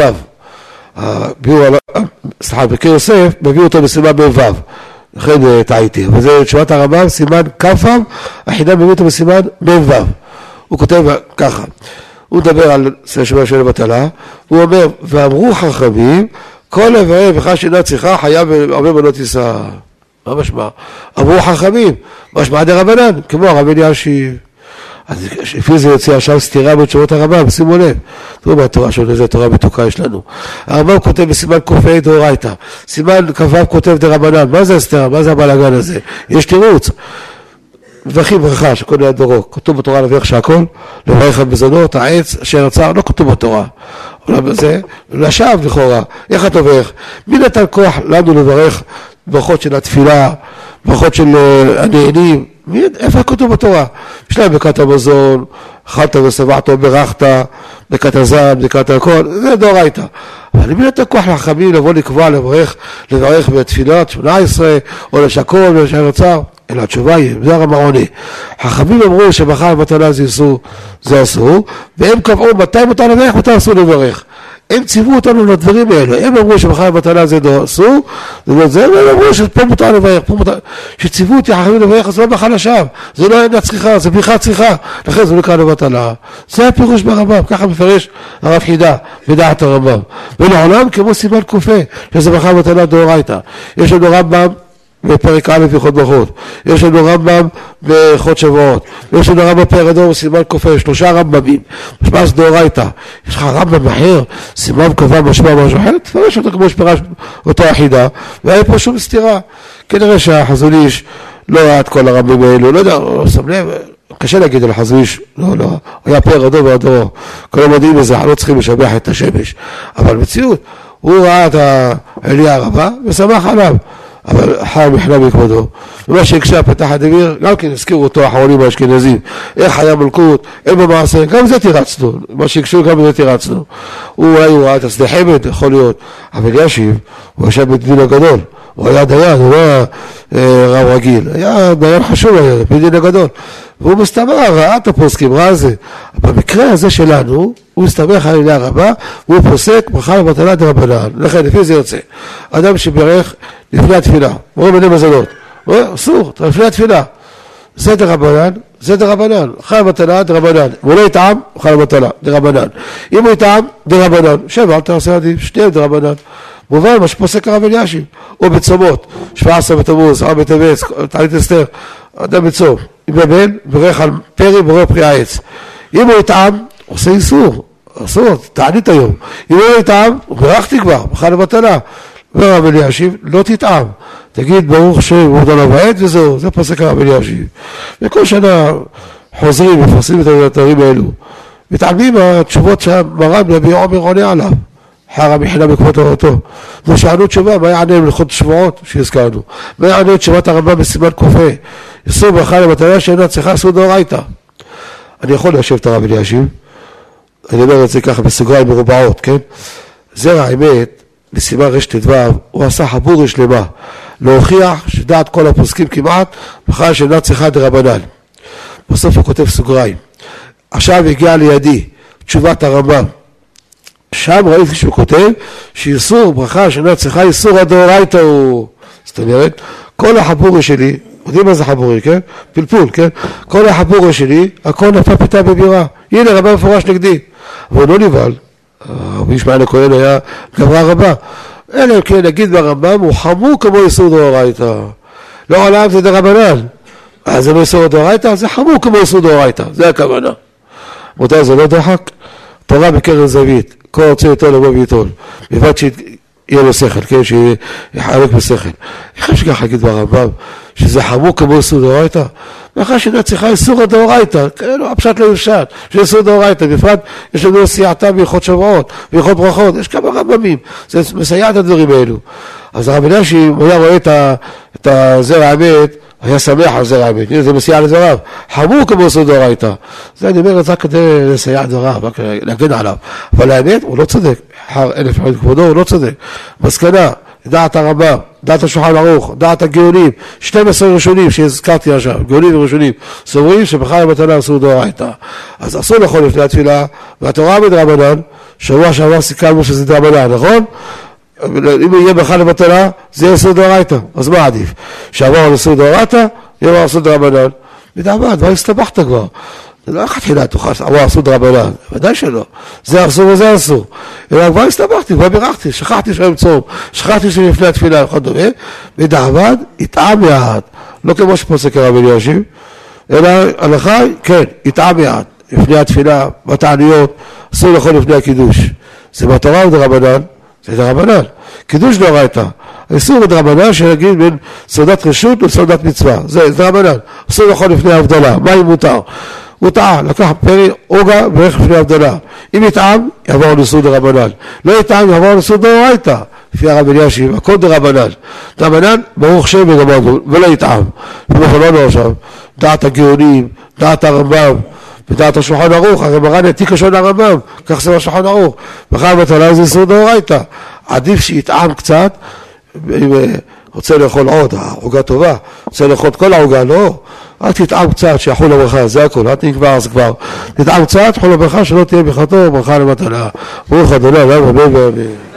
S1: סליחה, בקר יוסף מביא אותו בסימן מ"ו. לכן טעיתי. אבל זה תשובת הרמב"ם, סימן כ"ו, החידה מביא אותו בסימן מ"ו. הוא כותב ככה. הוא מדבר על שמה של בטלה, הוא אומר, ואמרו חכמים, כל אברי וכך שאינה צריכה חייב הרבה בנות יישא. מה משמע? אמרו חכמים, משמע דרבנן, כמו הרב אלישיב. אז לפי זה יוצא עכשיו סתירה בתשובות הרמב"ם, שימו לב. תראו מהתורה שלנו, איזה תורה מתוקה יש לנו. הרמב"ם כותב בסימן ק"ה דאורייתא, סימן כ"ו כותב דרבנן, מה זה הסתירה? מה זה הבלגן הזה? יש תירוץ. מברכין ברכה שכל ליד דורו, כתוב בתורה לברך שהכל, לברך המזונות, העץ, אשר יצר, לא כתוב בתורה. זה לשווא לכאורה, איך אתה מברך? מי נתן כוח לנו לברך ברכות של התפילה, ברכות של הנהנים? מי, איפה כתוב בתורה? יש להם ברכת המזון, אכלת ושבעת, ברכת, ברכת הזן, ברכת הכל, זה דאורייתא. אבל מי נתן כוח לחכמים לבוא לקבוע, לברך, לברך בתפילות שמונה עשרה, או לשקול, או אשר יצר? אלא התשובה היא, זה הרב עונה. חכמים אמרו שמחר מתנה זה אסור, זה אסור, והם קבעו מתי מותר לברך, מתי אסור לברך. הם ציוו אותנו לדברים האלה, הם אמרו שמחר מתנה זה אסור, זה זה, והם אמרו שפה מותר לברך, פה מותר, שציוו אותי חכמים לברך, אז לא בחל השם, זה לא אינה צריכה, זה בכלל צריכה, לכן זה נקרא לבטלה. זה הפירוש ברמב"ם, ככה מפרש הרב חידה, בדעת הרמב"ם. ולעולם כמו סימן קופה, שזה מחר מתנה דאורייתא. יש לנו רמב"ם בפרק א' בהלכות ברכות, יש לנו רמב"ם בהלכות שבועות, יש לנו רמב"ם פרק אדום סימן ק"ה, שלושה רמב"מים, משמע זה דאורייתא. יש לך רמב"ם אחר, סימן ק"ו משמע משהו אחר, תפרש אותו כמו שפירש אותו החידה, והיה פה שום סתירה. כנראה שהחזון איש לא ראה את כל הרמב"מים האלו, לא יודע, לא שם לב, קשה להגיד על החזון איש, לא, לא, היה פרק אדום ואדום, כל המודיעים לזה, לא צריכים לשבח את השמש, אבל מציאות, הוא ראה את העלייה הרבה ושמח עליו. אבל חי מחלה מכבודו. ומה שהקשה פתח הדביר, גם כן הזכירו אותו האחרונים האשכנזים, איך היה מלכות, אין במעשה, גם זה תירצנו, מה שהקשו גם זה תירצנו. הוא אולי הוא ראה את השדה חמד, יכול להיות, אבל ישיב, הוא ישב בדין הגדול, הוא היה דיין, הוא לא היה רב רגיל, היה דיין חשוב, היה בדין הגדול. והוא מסתבר, ראה את הפוסקים, ראה זה. במקרה הזה שלנו, הוא מסתבר חלילה הרבה, והוא פוסק ברכה לבטלה דרבנן. לכן, לפי זה יוצא. אדם שברך לפני התפילה, מורה מיני מזונות, אסור, לפני התפילה. זה דרבנן, זה דרבנן. ברכה לבטלה דרבנן. הוא לא יטעם, ברכה לבטלה דרבנן. אם הוא יטעם, דרבנן. שבע, אל תעשה עדיף, שניהם דרבנן. מובן מה שפוסק הרב אלישיב, או בצומות, שבע עשרה בתמוז, ארבע בטבת, תענית אסתר, אדם בצום, אם בבן, ברך על פרי, בורא פרי העץ. אם הוא יטעם, עושה איסור, אסור, תענית היום. אם הוא יטעם, הוא ברכתי כבר, ברכה לבטלה. והרב אלישיב, לא תטעם, תגיד ברוך שם, הוא דון הבעת וזהו, זה פוסק הרב אלישיב. וכל שנה חוזרים, מפרסמים את הדברים האלו. מתעלמים התשובות שהמרן רבי עומר עונה עליו. חרא מחילה בעקבות הורתו. ושאלו תשובה, מה יענה להלכות שבועות שהזכרנו? מה יענה את תשובת הרמב"ם בסימן ק"ה? איסור ברכה לבטלה שאינה צריכה אסור דאורייתא. אני יכול ליישב את הרב אלישיב, אני אומר את זה ככה בסוגריים מרובעות, כן? זרע האמת, בסימן רט"ו, הוא עשה חבורה שלמה, להוכיח שדעת כל הפוסקים כמעט, ברכה שאינה צריכה דרבנן. בסוף הוא כותב סוגריים. עכשיו הגיע לידי תשובת הרמב"ם. שם ראיתי שהוא כותב שאיסור ברכה שאינה צריכה איסור הדאורייתא הוא. זאת אומרת, כל החבורה שלי, יודעים מה זה חבורי, כן? פלפול, כן? כל החבורה שלי, הכל נפל פיתה בבירה. הנה רבה מפורש נגדי. אבל לא נבהל. רבי ישמעאל הכהן היה גברה רבה. אלא כן, נגיד ברמב"ם, הוא חמור כמו איסור דאורייתא. לא עליו זה דרבנן. אז זה לא איסור דאורייתא, זה חמור כמו איסור דאורייתא. זה הכוונה. מותר זה לא דחק. תורה בקרן זווית. כל רוצה יותר לבוא ויטול. בבת שיהיה לו שכל, כן? שיחלק בשכל. איך יש ככה להגיד ברמב"ם, שזה חמור כמו איסור דאורייתא? ואחרי שאינה צריכה איסור הדאורייתא, כן, הפשט לא יפשט, שזה איסור דאורייתא, בפרט יש לנו סייעתה בהלכות שבועות, בהלכות ברכות, יש כמה רמב"מים, זה מסייע את הדברים האלו. אז הרב אלישיב היה רואה את הזרע האמת, היה שמח על זרע האמת, זה מסייע לדבריו, חמור כמו איסור דאורייתא. זה אני אומר את זה כדי לסייע דבריו, רק להגן עליו. אבל האמת, הוא לא צודק, אחר אלף אחד כבודו, הוא לא צודק. מסקנה, דעת הרמב"ם, דעת השולחן ערוך, דעת הגאונים, שנים עשר ראשונים שהזכרתי עכשיו, גאונים וראשונים, סוברים שבחר למתנה אסור דאורייתא. אז אסור לכל לפני התפילה, והתורה מדרבנן, שבוע שעבר סיכמנו שזה דרבנן, נכון? אם יהיה בחר למתנה, זה יהיה אסור דאורייתא. אז מה עדיף? שעבר על אסור דאורייתא, יהיה אסור דרבנן. מדרבנן, כבר הסתבכת כבר. זה לא אחת תחילה, תוכל, אמרו אסור דרבנן, ודאי שלא, זה אסור וזה אסור, אלא כבר הסתבכתי, כבר בירכתי, שכחתי שאני צום, שכחתי שאני לפני התפילה, נכון דומה, ודעבד, יטעם מעט, לא כמו שפוסק הרב אלישיב, אלא הלכה, כן, יטעם מעט, לפני התפילה, בתעניות, אסור לאכול לפני הקידוש, זה בתורה או דרבנן? זה דרבנן, קידוש דאורייתא, האיסור בדרבנן שנגיד בין סעודת רשות וסעודת מצווה, זה דרבנן, אסור לאכול לפני ההבדלה, מה אם מותר? הוא טעה, לקח פרי עוגה ואיך לפני ההבדלה, אם יטעם יעבור לאיסור דרבנן, לא יטעם יעבור לאיסור דאורייתא, לפי הרב אלישיב, הכל דרבנן, דרבנן ברוך שם וגמרנו, ולא יטעם, ובחולנו עכשיו, דעת הגאונים, דעת הרמב"ם, בדעת השולחן ערוך, הרי מרן העתיק לשון הרמב"ם, כך זה השולחן ערוך, מחר בטלה זה איסור דאורייתא, עדיף שיטעם קצת, אם רוצה לאכול עוד, העוגה טובה, רוצה לאכול כל העוגה, לא, אל תטעם קצת שיחול הברכה, זה הכל, אל תנקבר, זה כבר, תטעם קצת, חול הברכה שלא תהיה ברכתו, ברכה למתנה, ברוך אדוני, אמן ואמן ואמן.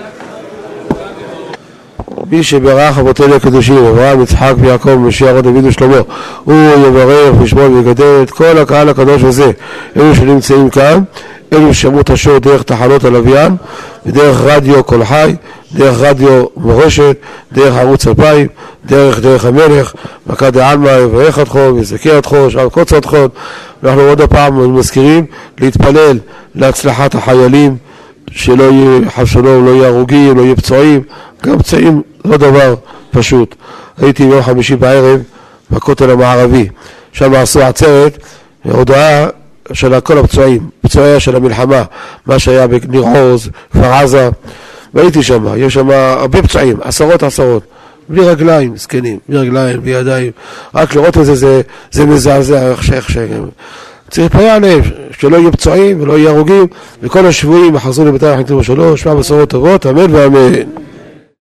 S1: מי שברך אבותינו הקדושים, אברהם, יצחק ויעקב, משיח ודוד ושלמה, הוא יברך וישמור ויגדל את כל הקהל הקדוש הזה, אלו שנמצאים כאן, אלו שמעו את השור דרך תחנות הלוויין, ודרך רדיו כל חי, דרך רדיו מורשת, דרך ערוץ אלפיים, דרך דרך המלך, מכת דעלמא, יברך אתכו, ויזכה אתכו, שאל קוץ אתכו. אנחנו עוד הפעם מזכירים להתפלל להצלחת החיילים, שלא יהיה חבשלום, לא יהיה הרוגים, לא יהיה פצועים, גם פצועים לא דבר פשוט. הייתי ביום חמישי בערב בכותל המערבי, שם עשו עצרת, הודעה של כל הפצועים, פצועיה של המלחמה, מה שהיה בניר עוז, כפר עזה, והייתי שם, יש שם הרבה פצועים, עשרות עשרות, בלי רגליים, זקנים, בלי רגליים, בלי ידיים, רק לראות את זה, זה, זה מזעזע, איך שאיך שהם. צריך להתפלל עליהם, שלא יהיו פצועים ולא יהיו הרוגים, וכל השבויים יחזרו לביתם החליטים בשלוש, שמע בשורות טובות, אמן ואמן.